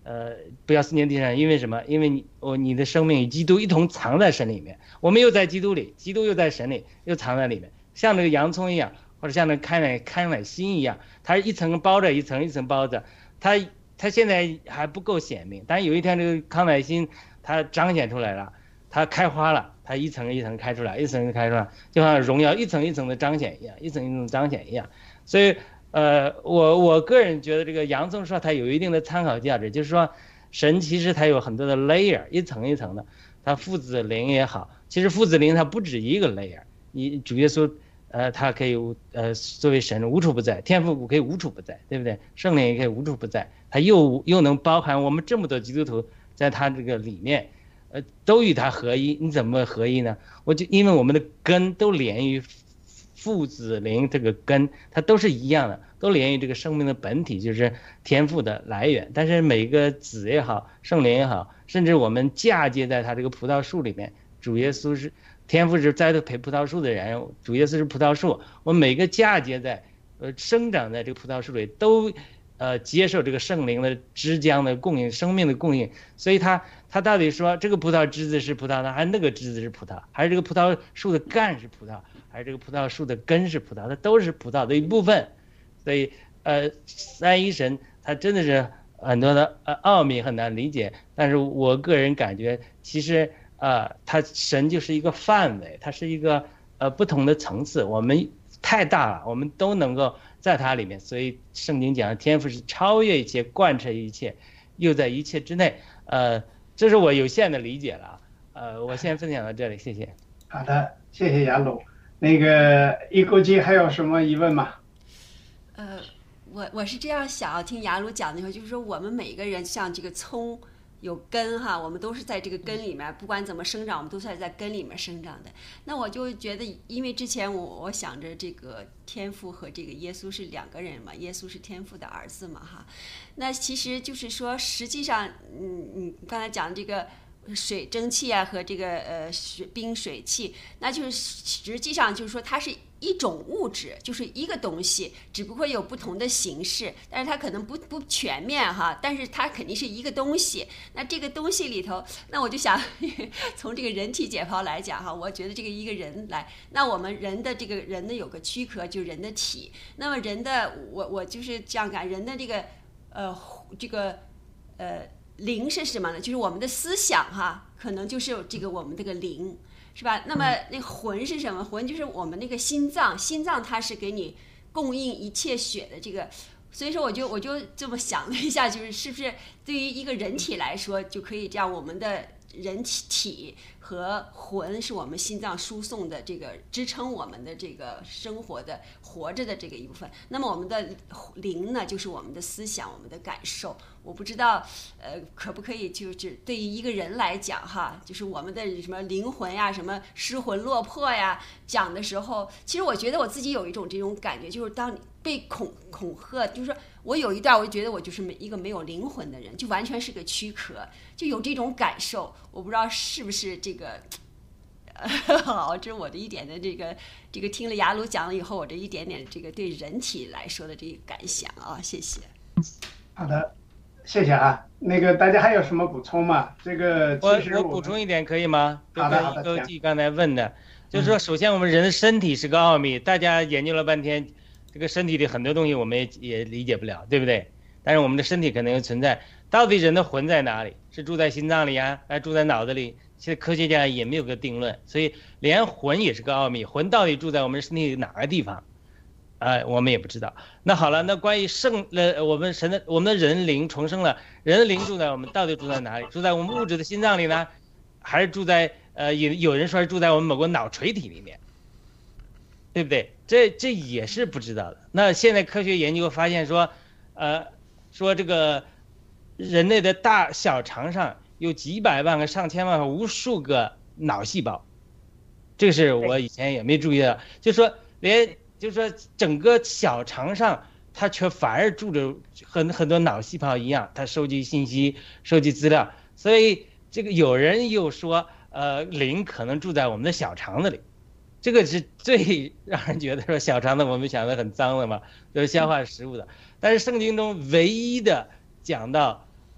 不要思念地上，因为什么？因为你的生命与基督一同藏在神里面，我们又在基督里，基督又在神里，又藏在里面，像那个洋葱一样，或者像那个开奶心一样，它是一层包着一层一层包着，它现在还不够显明，但是有一天这个康乃馨它彰显出来了，它开花了，它一层一层开出来，一层一层开出来，就像荣耀一层一层的彰显一样，一层一层的彰显一样。所以我个人觉得这个洋葱说它有一定的参考价值，就是说神其实它有很多的 layer， 一层一层的，它父子灵也好，其实父子灵它不止一个 layer， 你主耶稣他可以作为神无处不在，天父可以无处不在，对不对？圣灵也可以无处不在，他又能包含我们这么多基督徒在他这个里面，都与他合一。你怎么合一呢？因为我们的根都连于父子灵这个根，它都是一样的，都连于这个生命的本体，就是天父的来源。但是每个子也好，圣灵也好，甚至我们嫁接在他这个葡萄树里面，主耶稣是天父是栽的葡萄树的人，主耶稣是葡萄树，我们每个嫁接在生长在这个葡萄树里，都接受这个圣灵的汁浆的供应，生命的供应。所以他到底说这个葡萄枝子是葡萄呢，还是那个枝子是葡萄，还是这个葡萄树的干是葡萄，还是这个葡萄树的根是葡萄，它都是葡萄的一部分。所以三一神他真的是很多的奥秘很难理解，但是我个人感觉其实它神就是一个范围，它是一个不同的层次，我们太大了，我们都能够在它里面。所以圣经讲天父是超越一切，贯彻一切，又在一切之内。这是我有限的理解了。我先分享到这里，谢谢。
好的，谢谢雅鲁。那个一估计还有什么疑问吗？
我是这样想啊，听雅鲁讲的时候，就是说我们每个人像这个葱有根哈，我们都是在这个根里面，不管怎么生长，我们都是在根里面生长的。那我就觉得，因为之前我想着这个天父和这个耶稣是两个人嘛，耶稣是天父的儿子嘛哈。那其实就是说，实际上，刚才讲这个水蒸气啊和这个冰水气，那就是实际上就是说它是一种物质，就是一个东西，只不过有不同的形式，但是它可能不全面哈，但是它肯定是一个东西。那这个东西里头，那我就想从这个人体解剖来讲哈，我觉得这个一个人来，那我们人的这个人的有个躯壳，就是人的体。那么人的我就是这样感，人的这个灵是什么呢？就是我们的思想哈，可能就是这个我们这个灵。是吧？那么那魂是什么？魂就是我们那个心脏，心脏它是给你供应一切血的这个，所以说我就这么想了一下，就是是不是对于一个人体来说，就可以这样，我们的人体和魂是我们心脏输送的这个支撑我们的这个生活的活着的这个一部分。那么我们的灵呢，就是我们的思想，我们的感受。我不知道，可不可以就是对于一个人来讲哈，就是我们的什么灵魂呀、什么失魂落魄呀，讲的时候，其实我觉得我自己有一种这种感觉，就是当你被恐吓，就是说我有一段我就觉得我就是一个没有灵魂的人，就完全是个躯壳，就有这种感受。我不知道是不是这个。好，这是我的一点的这个听了雅鲁讲了以后，我这一点点这个对人体来说的这个感想啊，谢谢。
好的。谢谢啊，那个大家还有什么补充吗？这个其实
我补充一点可以吗？
好的，好的。
就跟刚才问的，就是说，首先我们人的身体是个奥秘，大家研究了半天，这个身体里很多东西我们也理解不了，对不对？但是我们的身体可能存在，到底人的魂在哪里？是住在心脏里啊，还是住在脑子里？现在科学家也没有个定论，所以连魂也是个奥秘，魂到底住在我们身体里哪个地方？我们也不知道。那好了，那关于我们的人灵重生了，人的灵住在我们到底住在哪里？住在我们物质的心脏里呢，还是住在有人说是住在我们某个脑垂体里面，对不对？这也是不知道的。那现在科学研究发现说，说这个人类的大小肠上有几百万个、上千万个、无数个脑细胞，这个是我以前也没注意到，就是说整个小肠上它却反而住着很多脑细胞一样，它收集信息、收集资料。所以这个有人又说，灵可能住在我们的小肠子里，这个是最让人觉得说小肠子我们想的很脏的嘛，就是消化食物的。但是圣经中唯一的讲到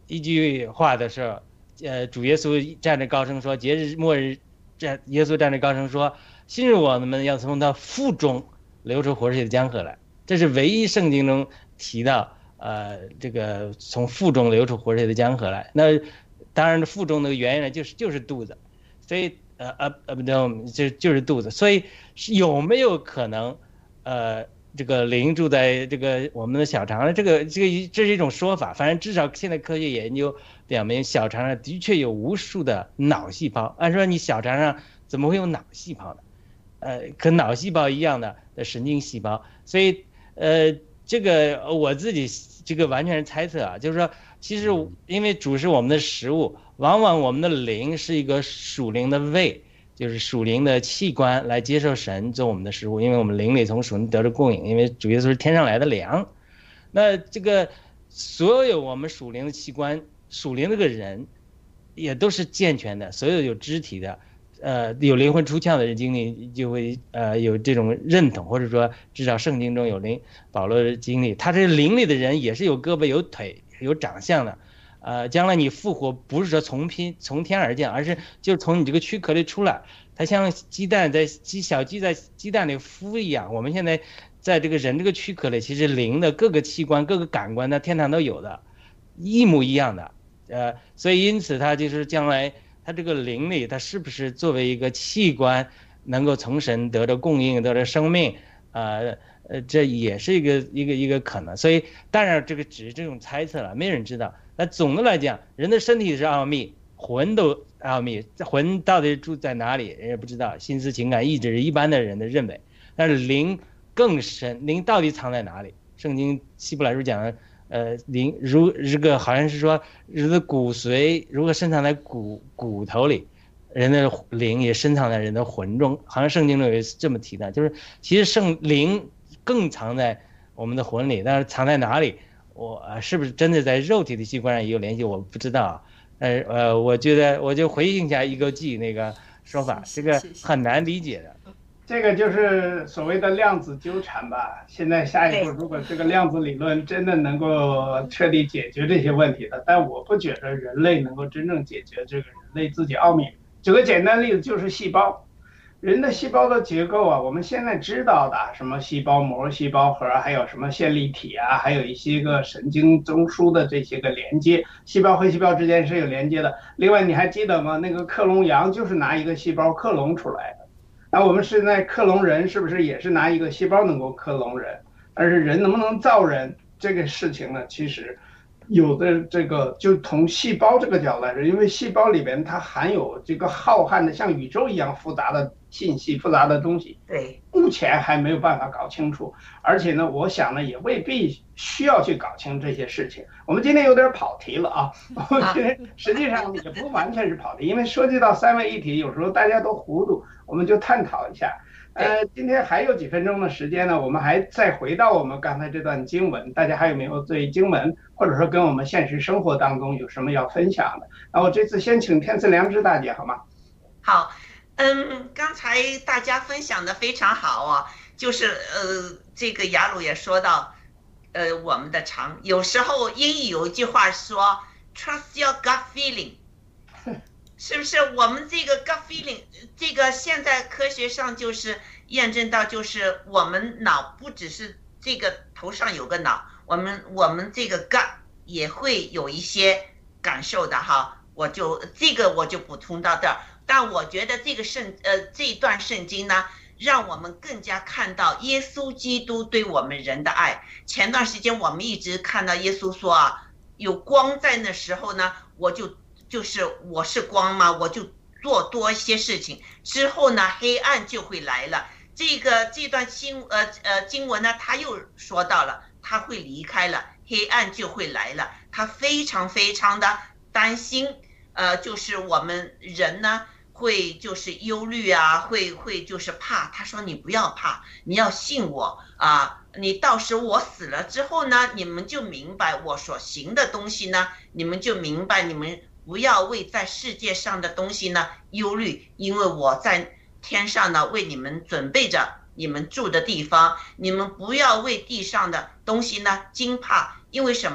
一句话的时候，主耶稣站着高声说，节日末日耶稣站着高声说，信任我们要从他腹中流出活水的江河来。这是唯一圣经中提到这个从腹中流出活水的江河来。那当然腹中的原因就是肚子，所以就是肚子。所以有没有可能这个灵住在这个我们的小肠呢？这是一种说法，反正至少现在科学研究表明，小肠上的确有无数的脑细胞。按说你小肠上怎么会有脑细胞呢？跟脑细胞一样的神经细胞。所以这个我自己这个完全是猜测啊，就是说，其实因为主是我们的食物，往往我们的灵是一个属灵的胃，就是属灵的器官来接受神做我们的食物，因为我们灵里从属灵得着供应，因为主耶稣是天上来的粮。那这个所有我们属灵的器官，属灵这个人也都是健全的，所有有肢体的。有灵魂出窍的人经历就会有这种认同，或者说至少圣经中有保罗的经历，他这灵里的人也是有胳膊有腿有长相的。将来你复活不是说从天而降，而是就是从你这个躯壳里出来，它像小鸡在鸡蛋里孵一样。我们现在在这个人这个躯壳里，其实灵的各个器官各个感官的天堂都有的，一模一样的。所以因此他就是将来他这个灵里，他是不是作为一个器官能够从神得着供应得着生命，这也是一个可能。所以当然这个只是这种猜测了，没人知道。那总的来讲，人的身体是奥秘，魂都奥秘，魂到底住在哪里人也不知道，心思情感意志是一般的人的认为，但是灵更深，灵到底藏在哪里？圣经希伯来书讲的灵这个好像是说人的骨髓如果深藏在骨头里，人的灵也深藏在人的魂中，好像圣经中有这么提到，就是其实灵更藏在我们的魂里，但是藏在哪里，我是不是真的在肉体的器官上也有联系，我不知道。我觉得我就回应一下一个G那个说法，这个很难理解的。
这个就是所谓的量子纠缠吧。现在下一步，如果这个量子理论真的能够彻底解决这些问题的，但我不觉得人类能够真正解决这个人类自己奥秘。举个简单例子，就是细胞。人的细胞的结构啊，我们现在知道的什么细胞膜、细胞核，还有什么线粒体啊，还有一些个神经中枢的这些个连接，细胞和细胞之间是有连接的。另外你还记得吗？那个克隆羊就是拿一个细胞克隆出来的。那我们现在克隆人是不是也是拿一个细胞能够克隆人？但是人能不能造人这个事情呢，其实有的这个就从细胞这个角度来说，因为细胞里边它含有这个浩瀚的像宇宙一样复杂的信息、复杂的东西，对，目前还没有办法搞清楚。而且呢，我想呢也未必需要去搞清这些事情。我们今天有点跑题了啊，我觉得实际上也不完全是跑题，因为涉及到三位一体，有时候大家都糊涂，我们就探讨一下。今天还有几分钟的时间呢，我们还再回到我们刚才这段经文，大家还有没有对经文或者说跟我们现实生活当中有什么要分享的？那我这次先请天赐良知大姐好吗？
好，刚才大家分享的非常好啊，就是这个雅鲁也说到，我们的肠有时候英语有一句话说 trust your gut feeling。是不是我们这个 gut feeling， 这个现在科学上就是验证到，就是我们脑不只是这个头上有个脑，我们这个 gut 也会有一些感受的哈。我就补充到这儿。但我觉得这一段圣经呢，让我们更加看到耶稣基督对我们人的爱。前段时间我们一直看到耶稣说啊，有光在那时候呢，就是我是光嘛，我就做多一些事情，之后呢黑暗就会来了。这段经文呢，他又说到了他会离开了，黑暗就会来了。他非常非常的担心，就是我们人呢会就是忧虑啊，会就是怕。他说你不要怕，你要信我啊，你到时我死了之后呢，你们就明白我所行的东西呢，你们就明白，你们不要为在世界上的东西呢忧虑，因为我在天上呢为你们准备着你们住的地方。你们不要为地上的东西呢惊怕，因为什么？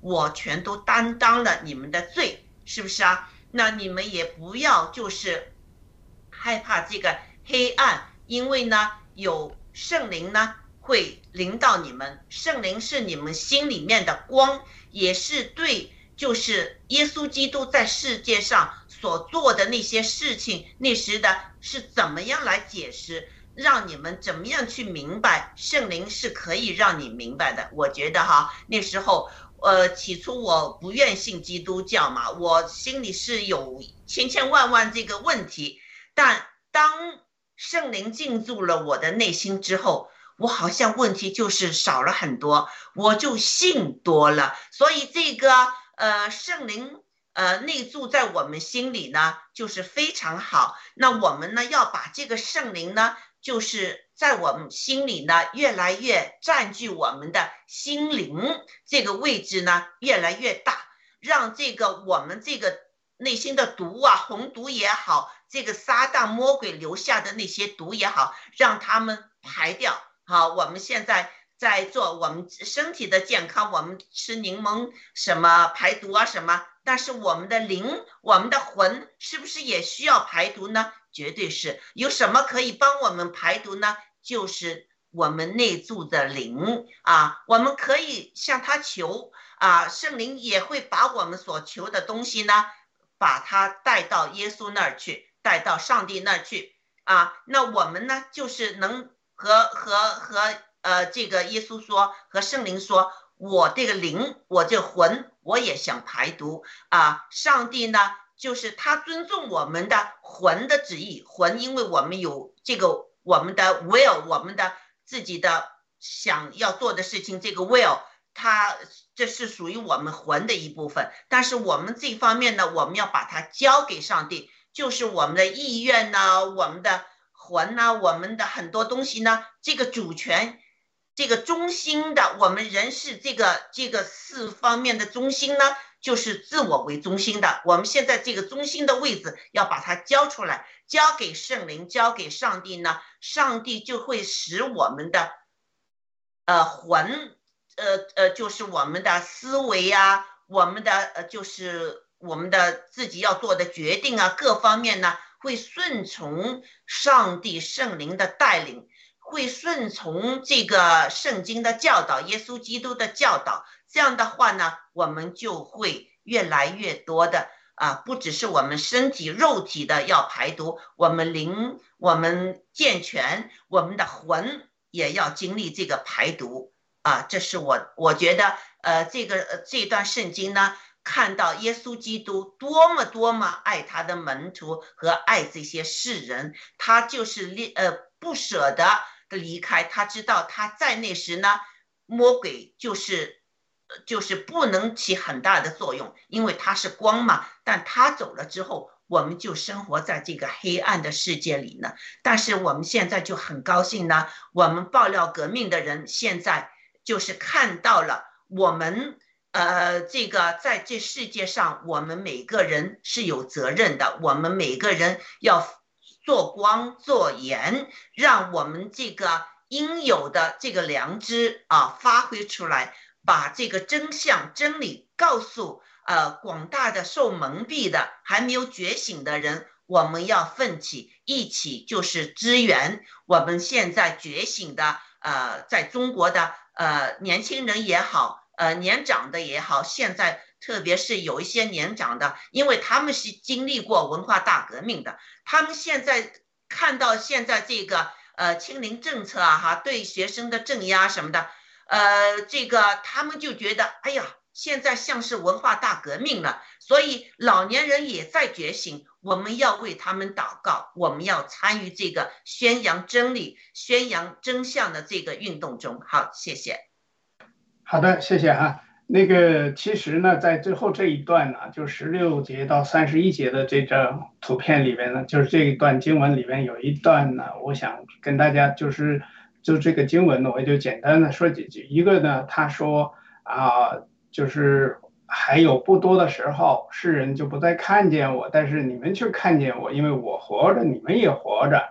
我全都担当了你们的罪，是不是啊？那你们也不要就是害怕这个黑暗，因为呢有圣灵呢会临到你们，圣灵是你们心里面的光，也是对就是耶稣基督在世界上所做的那些事情，那时的是怎么样来解释，让你们怎么样去明白，圣灵是可以让你明白的。我觉得哈，那时候起初我不愿信基督教嘛，我心里是有千万这个问题，但当圣灵进入了我的内心之后，我好像问题就是少了很多，我就信多了。所以这个圣灵内住在我们心里呢，就是非常好。那我们呢要把这个圣灵呢，就是在我们心里呢越来越占据我们的心灵这个位置呢越来越大，让这个我们这个内心的毒啊，红毒也好，这个撒旦魔鬼留下的那些毒也好，让他们排掉。好，我们现在在做我们身体的健康，我们吃柠檬什么排毒啊什么，但是我们的灵，我们的魂是不是也需要排毒呢？绝对是。有什么可以帮我们排毒呢？就是我们内住的灵啊，我们可以向他求啊，圣灵也会把我们所求的东西呢，把它带到耶稣那儿去，带到上帝那儿去啊。那我们呢，就是能和这个耶稣说，和圣灵说，我这个灵，我这魂，我也想排毒啊。上帝呢，就是他尊重我们的魂的旨意，魂因为我们有这个我们的 will， 我们的自己的想要做的事情，这个 will， 这是属于我们魂的一部分。但是我们这方面呢，我们要把它交给上帝，就是我们的意愿呢，我们的魂呢，我们的很多东西呢，这个主权，这个中心的，我们人是这个四方面的中心呢，就是自我为中心的。我们现在这个中心的位置要把它交出来，交给圣灵，交给上帝呢，上帝就会使我们的魂就是我们的思维啊，我们的就是我们的自己要做的决定啊，各方面呢会顺从上帝圣灵的带领，会顺从这个圣经的教导，耶稣基督的教导。这样的话呢，我们就会越来越多的不只是我们身体肉体的要排毒，我们灵，我们健全，我们的魂也要经历这个排毒这是我觉得这段圣经呢，看到耶稣基督多么爱他的门徒和爱这些世人，他就是不舍得离开，他知道他在那时呢，魔鬼就是不能起很大的作用，因为他是光嘛，但他走了之后，我们就生活在这个黑暗的世界里呢。但是我们现在就很高兴呢，我们爆料革命的人现在就是看到了我们这个在这世界上，我们每个人是有责任的，我们每个人要做光做盐，让我们这个应有的这个良知发挥出来，把这个真相真理告诉广大的受蒙蔽的还没有觉醒的人，我们要奋起一起就是支援我们现在觉醒的在中国的年轻人也好，年长的也好，现在特别是有一些年长的，因为他们是经历过文化大革命的，他们现在看到现在这个清零政策对学生的镇压什么的，这个他们就觉得哎呀，现在像是文化大革命了，所以老年人也在觉醒，我们要为他们祷告，我们要参与这个宣扬真理、宣扬真相的这个运动中。好，谢谢。
好的，谢谢那个其实呢，在最后这一段呢，就16节到31节的这张图片里边呢，就是这一段经文里边有一段呢，我想跟大家就这个经文呢，我就简单的说几句。一个呢，他说就是还有不多的时候，世人就不再看见我，但是你们却看见我，因为我活着，你们也活着。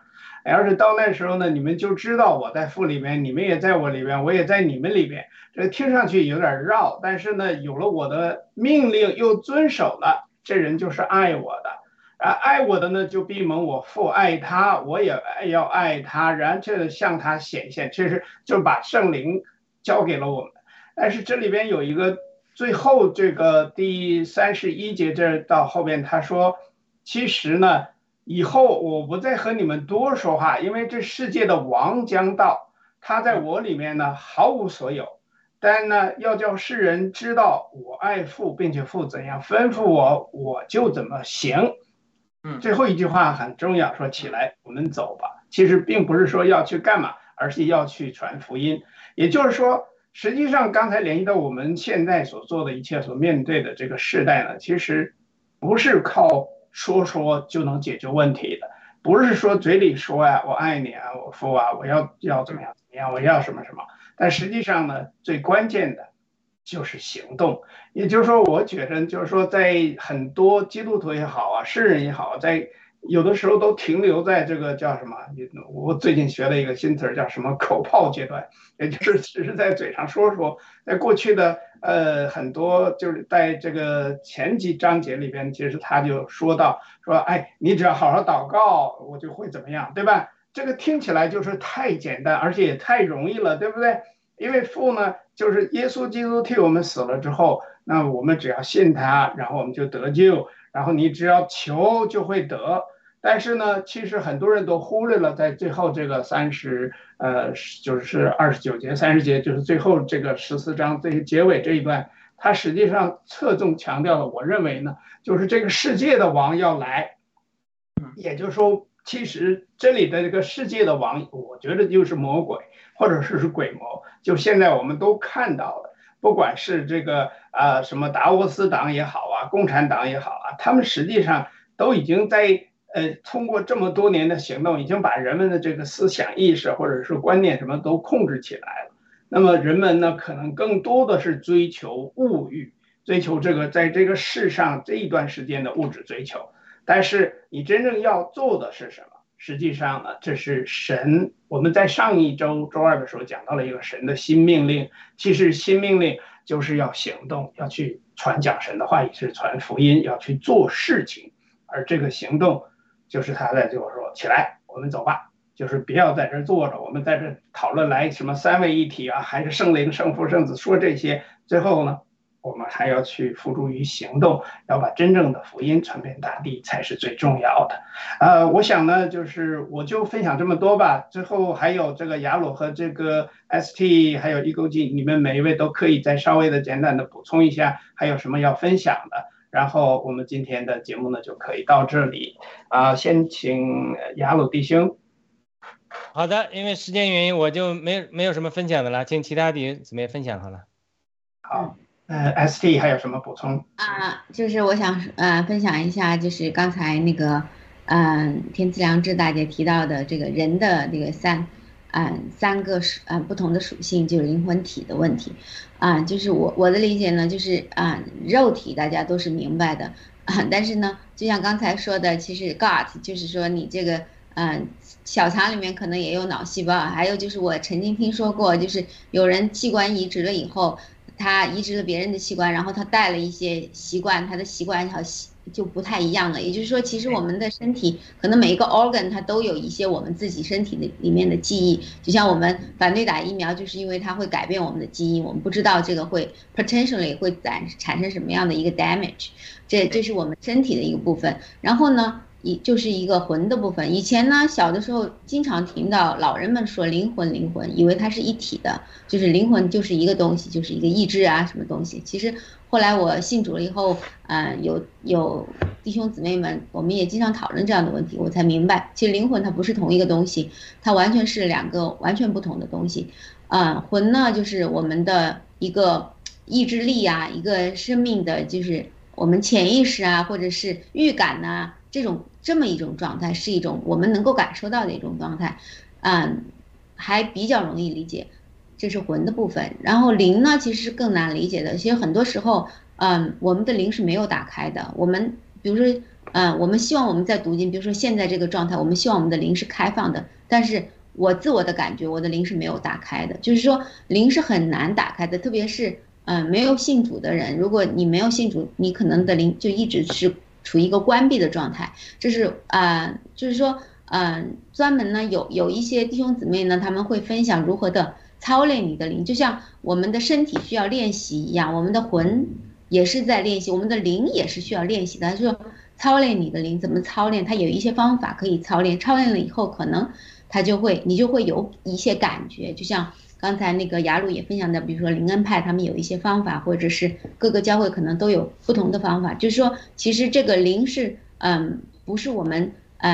要是到那时候呢，你们就知道我在父里面，你们也在我里边，我也在你们里边。这听上去有点绕，但是呢，有了我的命令又遵守了，这人就是爱我的。爱我的呢，就必蒙我父爱他，我也要爱他，然这向他显现，这是就把圣灵交给了我们。但是这里边有一个最后这个第31节这到后边他说，其实呢，以后我不再和你们多说话，因为这世界的王将到，他在我里面呢毫无所有。但呢，要叫世人知道我爱父，并且父怎样吩咐我，我就怎么行。最后一句话很重要，说起来，我们走吧。其实并不是说要去干嘛，而是要去传福音。也就是说，实际上刚才联系到我们现在所做的一切，所面对的这个时代呢，其实不是靠说就能解决问题的，不是说嘴里说呀，我爱你啊，我父啊，我要怎么样，我要什么什么。但实际上呢，最关键的就是行动。也就是说，我觉得就是说，在很多基督徒也好啊，诗人也好，在有的时候都停留在这个叫什么？我最近学了一个新词叫什么口炮阶段，也就是只是在嘴上说。在过去的很多就是在这个前几章节里边，其实他就说到说，哎，你只要好好祷告，我就会怎么样，对吧？这个听起来就是太简单，而且也太容易了，对不对？因为父呢，就是耶稣基督替我们死了之后，那我们只要信他，然后我们就得救，然后你只要求就会得。但是呢，其实很多人都忽略了在最后这个就是29节、30节，就是最后这个14章这个结尾这一段，它实际上侧重强调了，我认为呢，就是这个世界的王要来，也就是说，其实这里的这个世界的王，我觉得就是魔鬼，或者是鬼魔。就现在我们都看到了，不管是这个什么达沃斯党也好啊，共产党也好啊，他们实际上都已经在通过这么多年的行动，已经把人们的这个思想意识或者是观念什么都控制起来了。那么人们呢，可能更多的是追求物欲，追求这个在这个世上这一段时间的物质追求。但是你真正要做的是什么？实际上呢，这是神。我们在上一周周二的时候讲到了一个神的新命令。其实新命令就是要行动，要去传讲神的话语，是传福音，要去做事情。而这个行动就是他在最后说，起来，我们走吧。就是不要在这坐着，我们在这讨论来什么三位一体啊，还是圣灵、圣父、圣子，说这些。最后呢，我们还要去付诸于行动，要把真正的福音传遍大地才是最重要的。我想呢，就是我就分享这么多吧。最后还有这个雅鲁和这个 ST 还有易购记，你们每一位都可以再稍微的简短的补充一下，还有什么要分享的。然后我们今天的节目呢就可以到这里先请雅鲁弟兄。
好的，因为时间原因，我就没有什么分享的了，请其他弟兄姊妹分享好了。
好。ST 还有什么补充
就是我想分享一下，就是刚才那个田自良志大姐提到的这个人的这个三个不同的属性，就是灵魂体的问题就是我的理解呢，就是肉体大家都是明白的但是呢，就像刚才说的，其实 gut 就是说你这个小肠里面可能也有脑细胞，还有就是我曾经听说过，就是有人器官移植了以后，他移植了别人的器官，然后他带了一些习惯，他的习惯就不太一样了。也就是说，其实我们的身体可能每一个 organ 它都有一些我们自己身体的里面的记忆，就像我们反对打疫苗，就是因为它会改变我们的基因，我们不知道这个会 potentially 会产生什么样的一个 damage， 这是我们身体的一个部分。然后呢，就是一个魂的部分。以前呢，小的时候经常听到老人们说灵魂，以为它是一体的，就是灵魂就是一个东西，就是一个意志啊，什么东西。其实后来我信主了以后，有弟兄姊妹们，我们也经常讨论这样的问题，我才明白，其实灵魂它不是同一个东西，它完全是两个完全不同的东西。魂呢，就是我们的一个意志力啊，一个生命的，就是我们潜意识啊，或者是预感啊，这么一种状态，是一种我们能够感受到的一种状态，还比较容易理解，这是魂的部分。然后灵呢，其实是更难理解的。其实很多时候，我们的灵是没有打开的。我们比如说， 我们希望我们在读经，比如说现在这个状态，我们希望我们的灵是开放的，但是我自我的感觉，我的灵是没有打开的，就是说灵是很难打开的，特别是没有信主的人，如果你没有信主，你可能的灵就一直是处于一个关闭的状态，这是就是说专门呢有一些弟兄姊妹呢，他们会分享如何的操练你的灵，就像我们的身体需要练习一样，我们的魂也是在练习，我们的灵也是需要练习的。他说操练你的灵怎么操练？他有一些方法可以操练，操练了以后，可能你就会有一些感觉，就像刚才那个雅鲁也分享的，比如说灵恩派他们有一些方法，或者是各个教会可能都有不同的方法，就是说其实这个灵是不是我们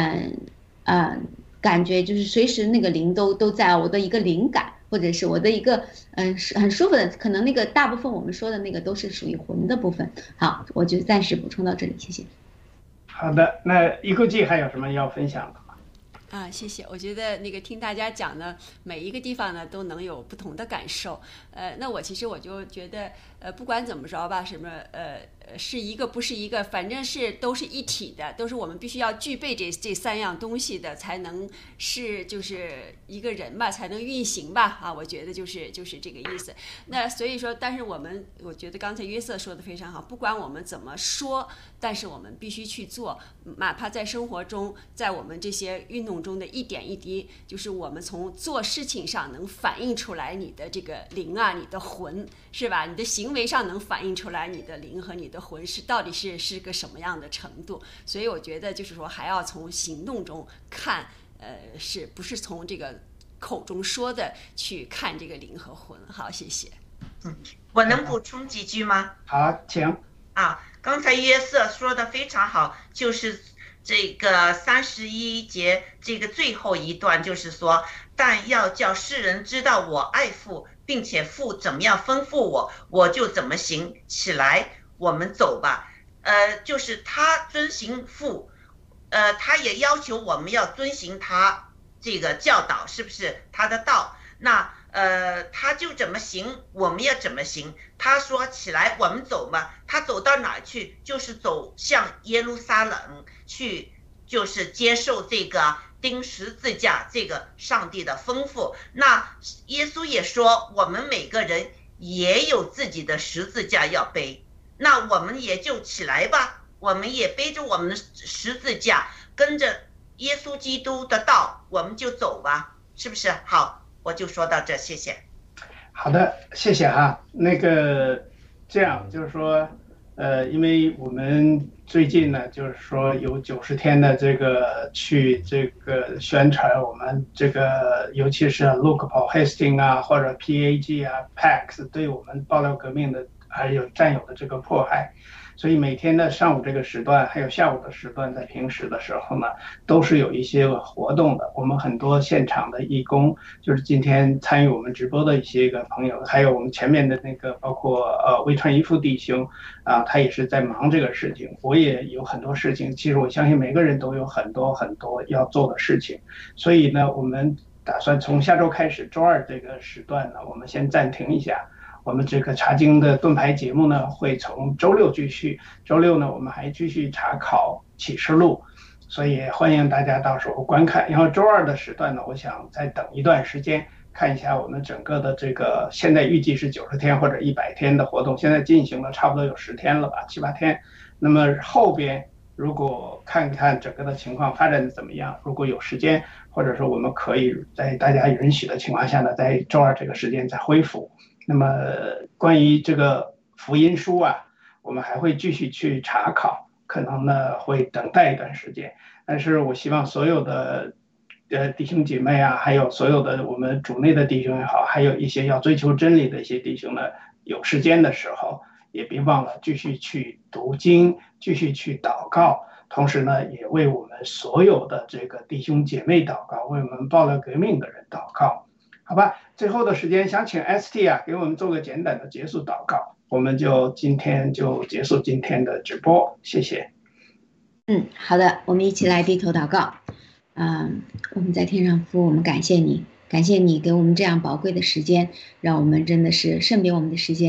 感觉就是随时那个灵都在我的一个灵感，或者是我的一个很舒服的，可能那个大部分我们说的那个都是属于魂的部分。好，我就暂时补充到这里，谢谢。
好的，那一口气还有什么要分享的吗？
谢谢。我觉得那个听大家讲的每一个地方呢，都能有不同的感受。那我其实我就觉得，不管怎么着吧，什么是一个不是一个，反正是都是一体的，都是我们必须要具备这三样东西的，才能是就是一个人吧，才能运行吧。我觉得就是这个意思。那所以说，但是我觉得刚才约瑟说的非常好，不管我们怎么说，但是我们必须去做，哪怕在生活中，在我们这些运动中的一点一滴，就是我们从做事情上能反映出来你的这个灵你的魂，是吧？你的行为上能反映出来你的灵和你的魂到底是个什么样的程度。所以我觉得就是说还要从行动中看，是不是从这个口中说的去看这个灵和魂。好，谢谢。
我能补充几句吗？
好，请。
刚才约瑟说的非常好，就是这个31节这个最后一段，就是说，但要叫世人知道我爱父，并且父怎么样吩咐我，我就怎么行。起来，我们走吧。就是他遵行父，他也要求我们要遵行他这个教导，是不是他的道？那他就怎么行，我们也怎么行。他说起来，我们走吧。他走到哪去？就是走向耶路撒冷去，就是接受这个钉十字架这个上帝的吩咐。那耶稣也说，我们每个人也有自己的十字架要背，那我们也就起来吧，我们也背着我们的十字架，跟着耶稣基督的道，我们就走吧，是不是？好，我就说到这，谢谢。
好的，谢谢哈。那个这样就是说，因为我们最近呢，就是说有90天的这个去这个宣传我们这个，尤其是 Luke Paul Hastings 或者 PAG PAX 对我们爆料革命的还有战友的这个迫害。所以每天的上午这个时段，还有下午的时段，在平时的时候呢，都是有一些活动的。我们很多现场的义工，就是今天参与我们直播的一些个朋友，还有我们前面的那个，包括魏传一副弟兄他也是在忙这个事情。我也有很多事情，其实我相信每个人都有很多很多要做的事情。所以呢，我们打算从下周开始，周二这个时段呢，我们先暂停一下。我们这个查经的盾牌节目呢，会从周六继续。周六呢，我们还继续查考启示录，所以欢迎大家到时候观看。然后周二的时段呢，我想再等一段时间，看一下我们整个的这个，现在预计是90天或者100天的活动，现在进行了差不多有10天了吧，7、8天。那么后边如果看看整个的情况发展的怎么样，如果有时间，或者说我们可以在大家允许的情况下呢，在周二这个时间再恢复。那么关于这个福音书我们还会继续去查考，可能呢会等待一段时间。但是我希望所有的弟兄姐妹还有所有的我们主内的弟兄也好，还有一些要追求真理的一些弟兄呢，有时间的时候也别忘了继续去读经，继续去祷告，同时呢也为我们所有的这个弟兄姐妹祷告，为我们爆料革命的人祷告。好吧，最后的时间想请 ST 给我们做个简短的结束祷告，我们就今天就结束今天的直播，谢谢。
好的，我们一起来低头祷告。我们在天上父，我们感谢你，感谢你给我们这样宝贵的时间，让我们真的是圣别我们的时间，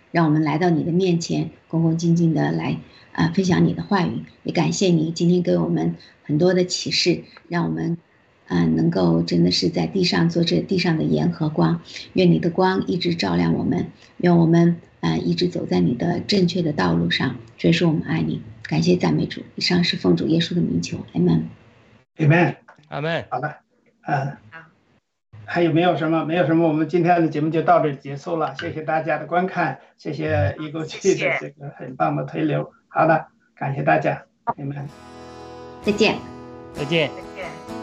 让我们来到你的面前，恭恭敬敬的来分享你的话语。也感谢你今天给我们很多的启示，让我们能够真的是在地上做这地上的盐和光。愿你的光一直照亮我们，愿我们一直走在你的正确的道路上。所以说我们爱你，感谢赞美主。以上是奉主耶稣的名求 ，Amen。
Amen。
阿门。
好的，还有没有什么？没有什么，我们今天的节目就到这里结束了。谢谢大家的观看，谢谢一口气的这个很棒的推流。好的，感谢大家，Amen。
再见。
再见。
再见。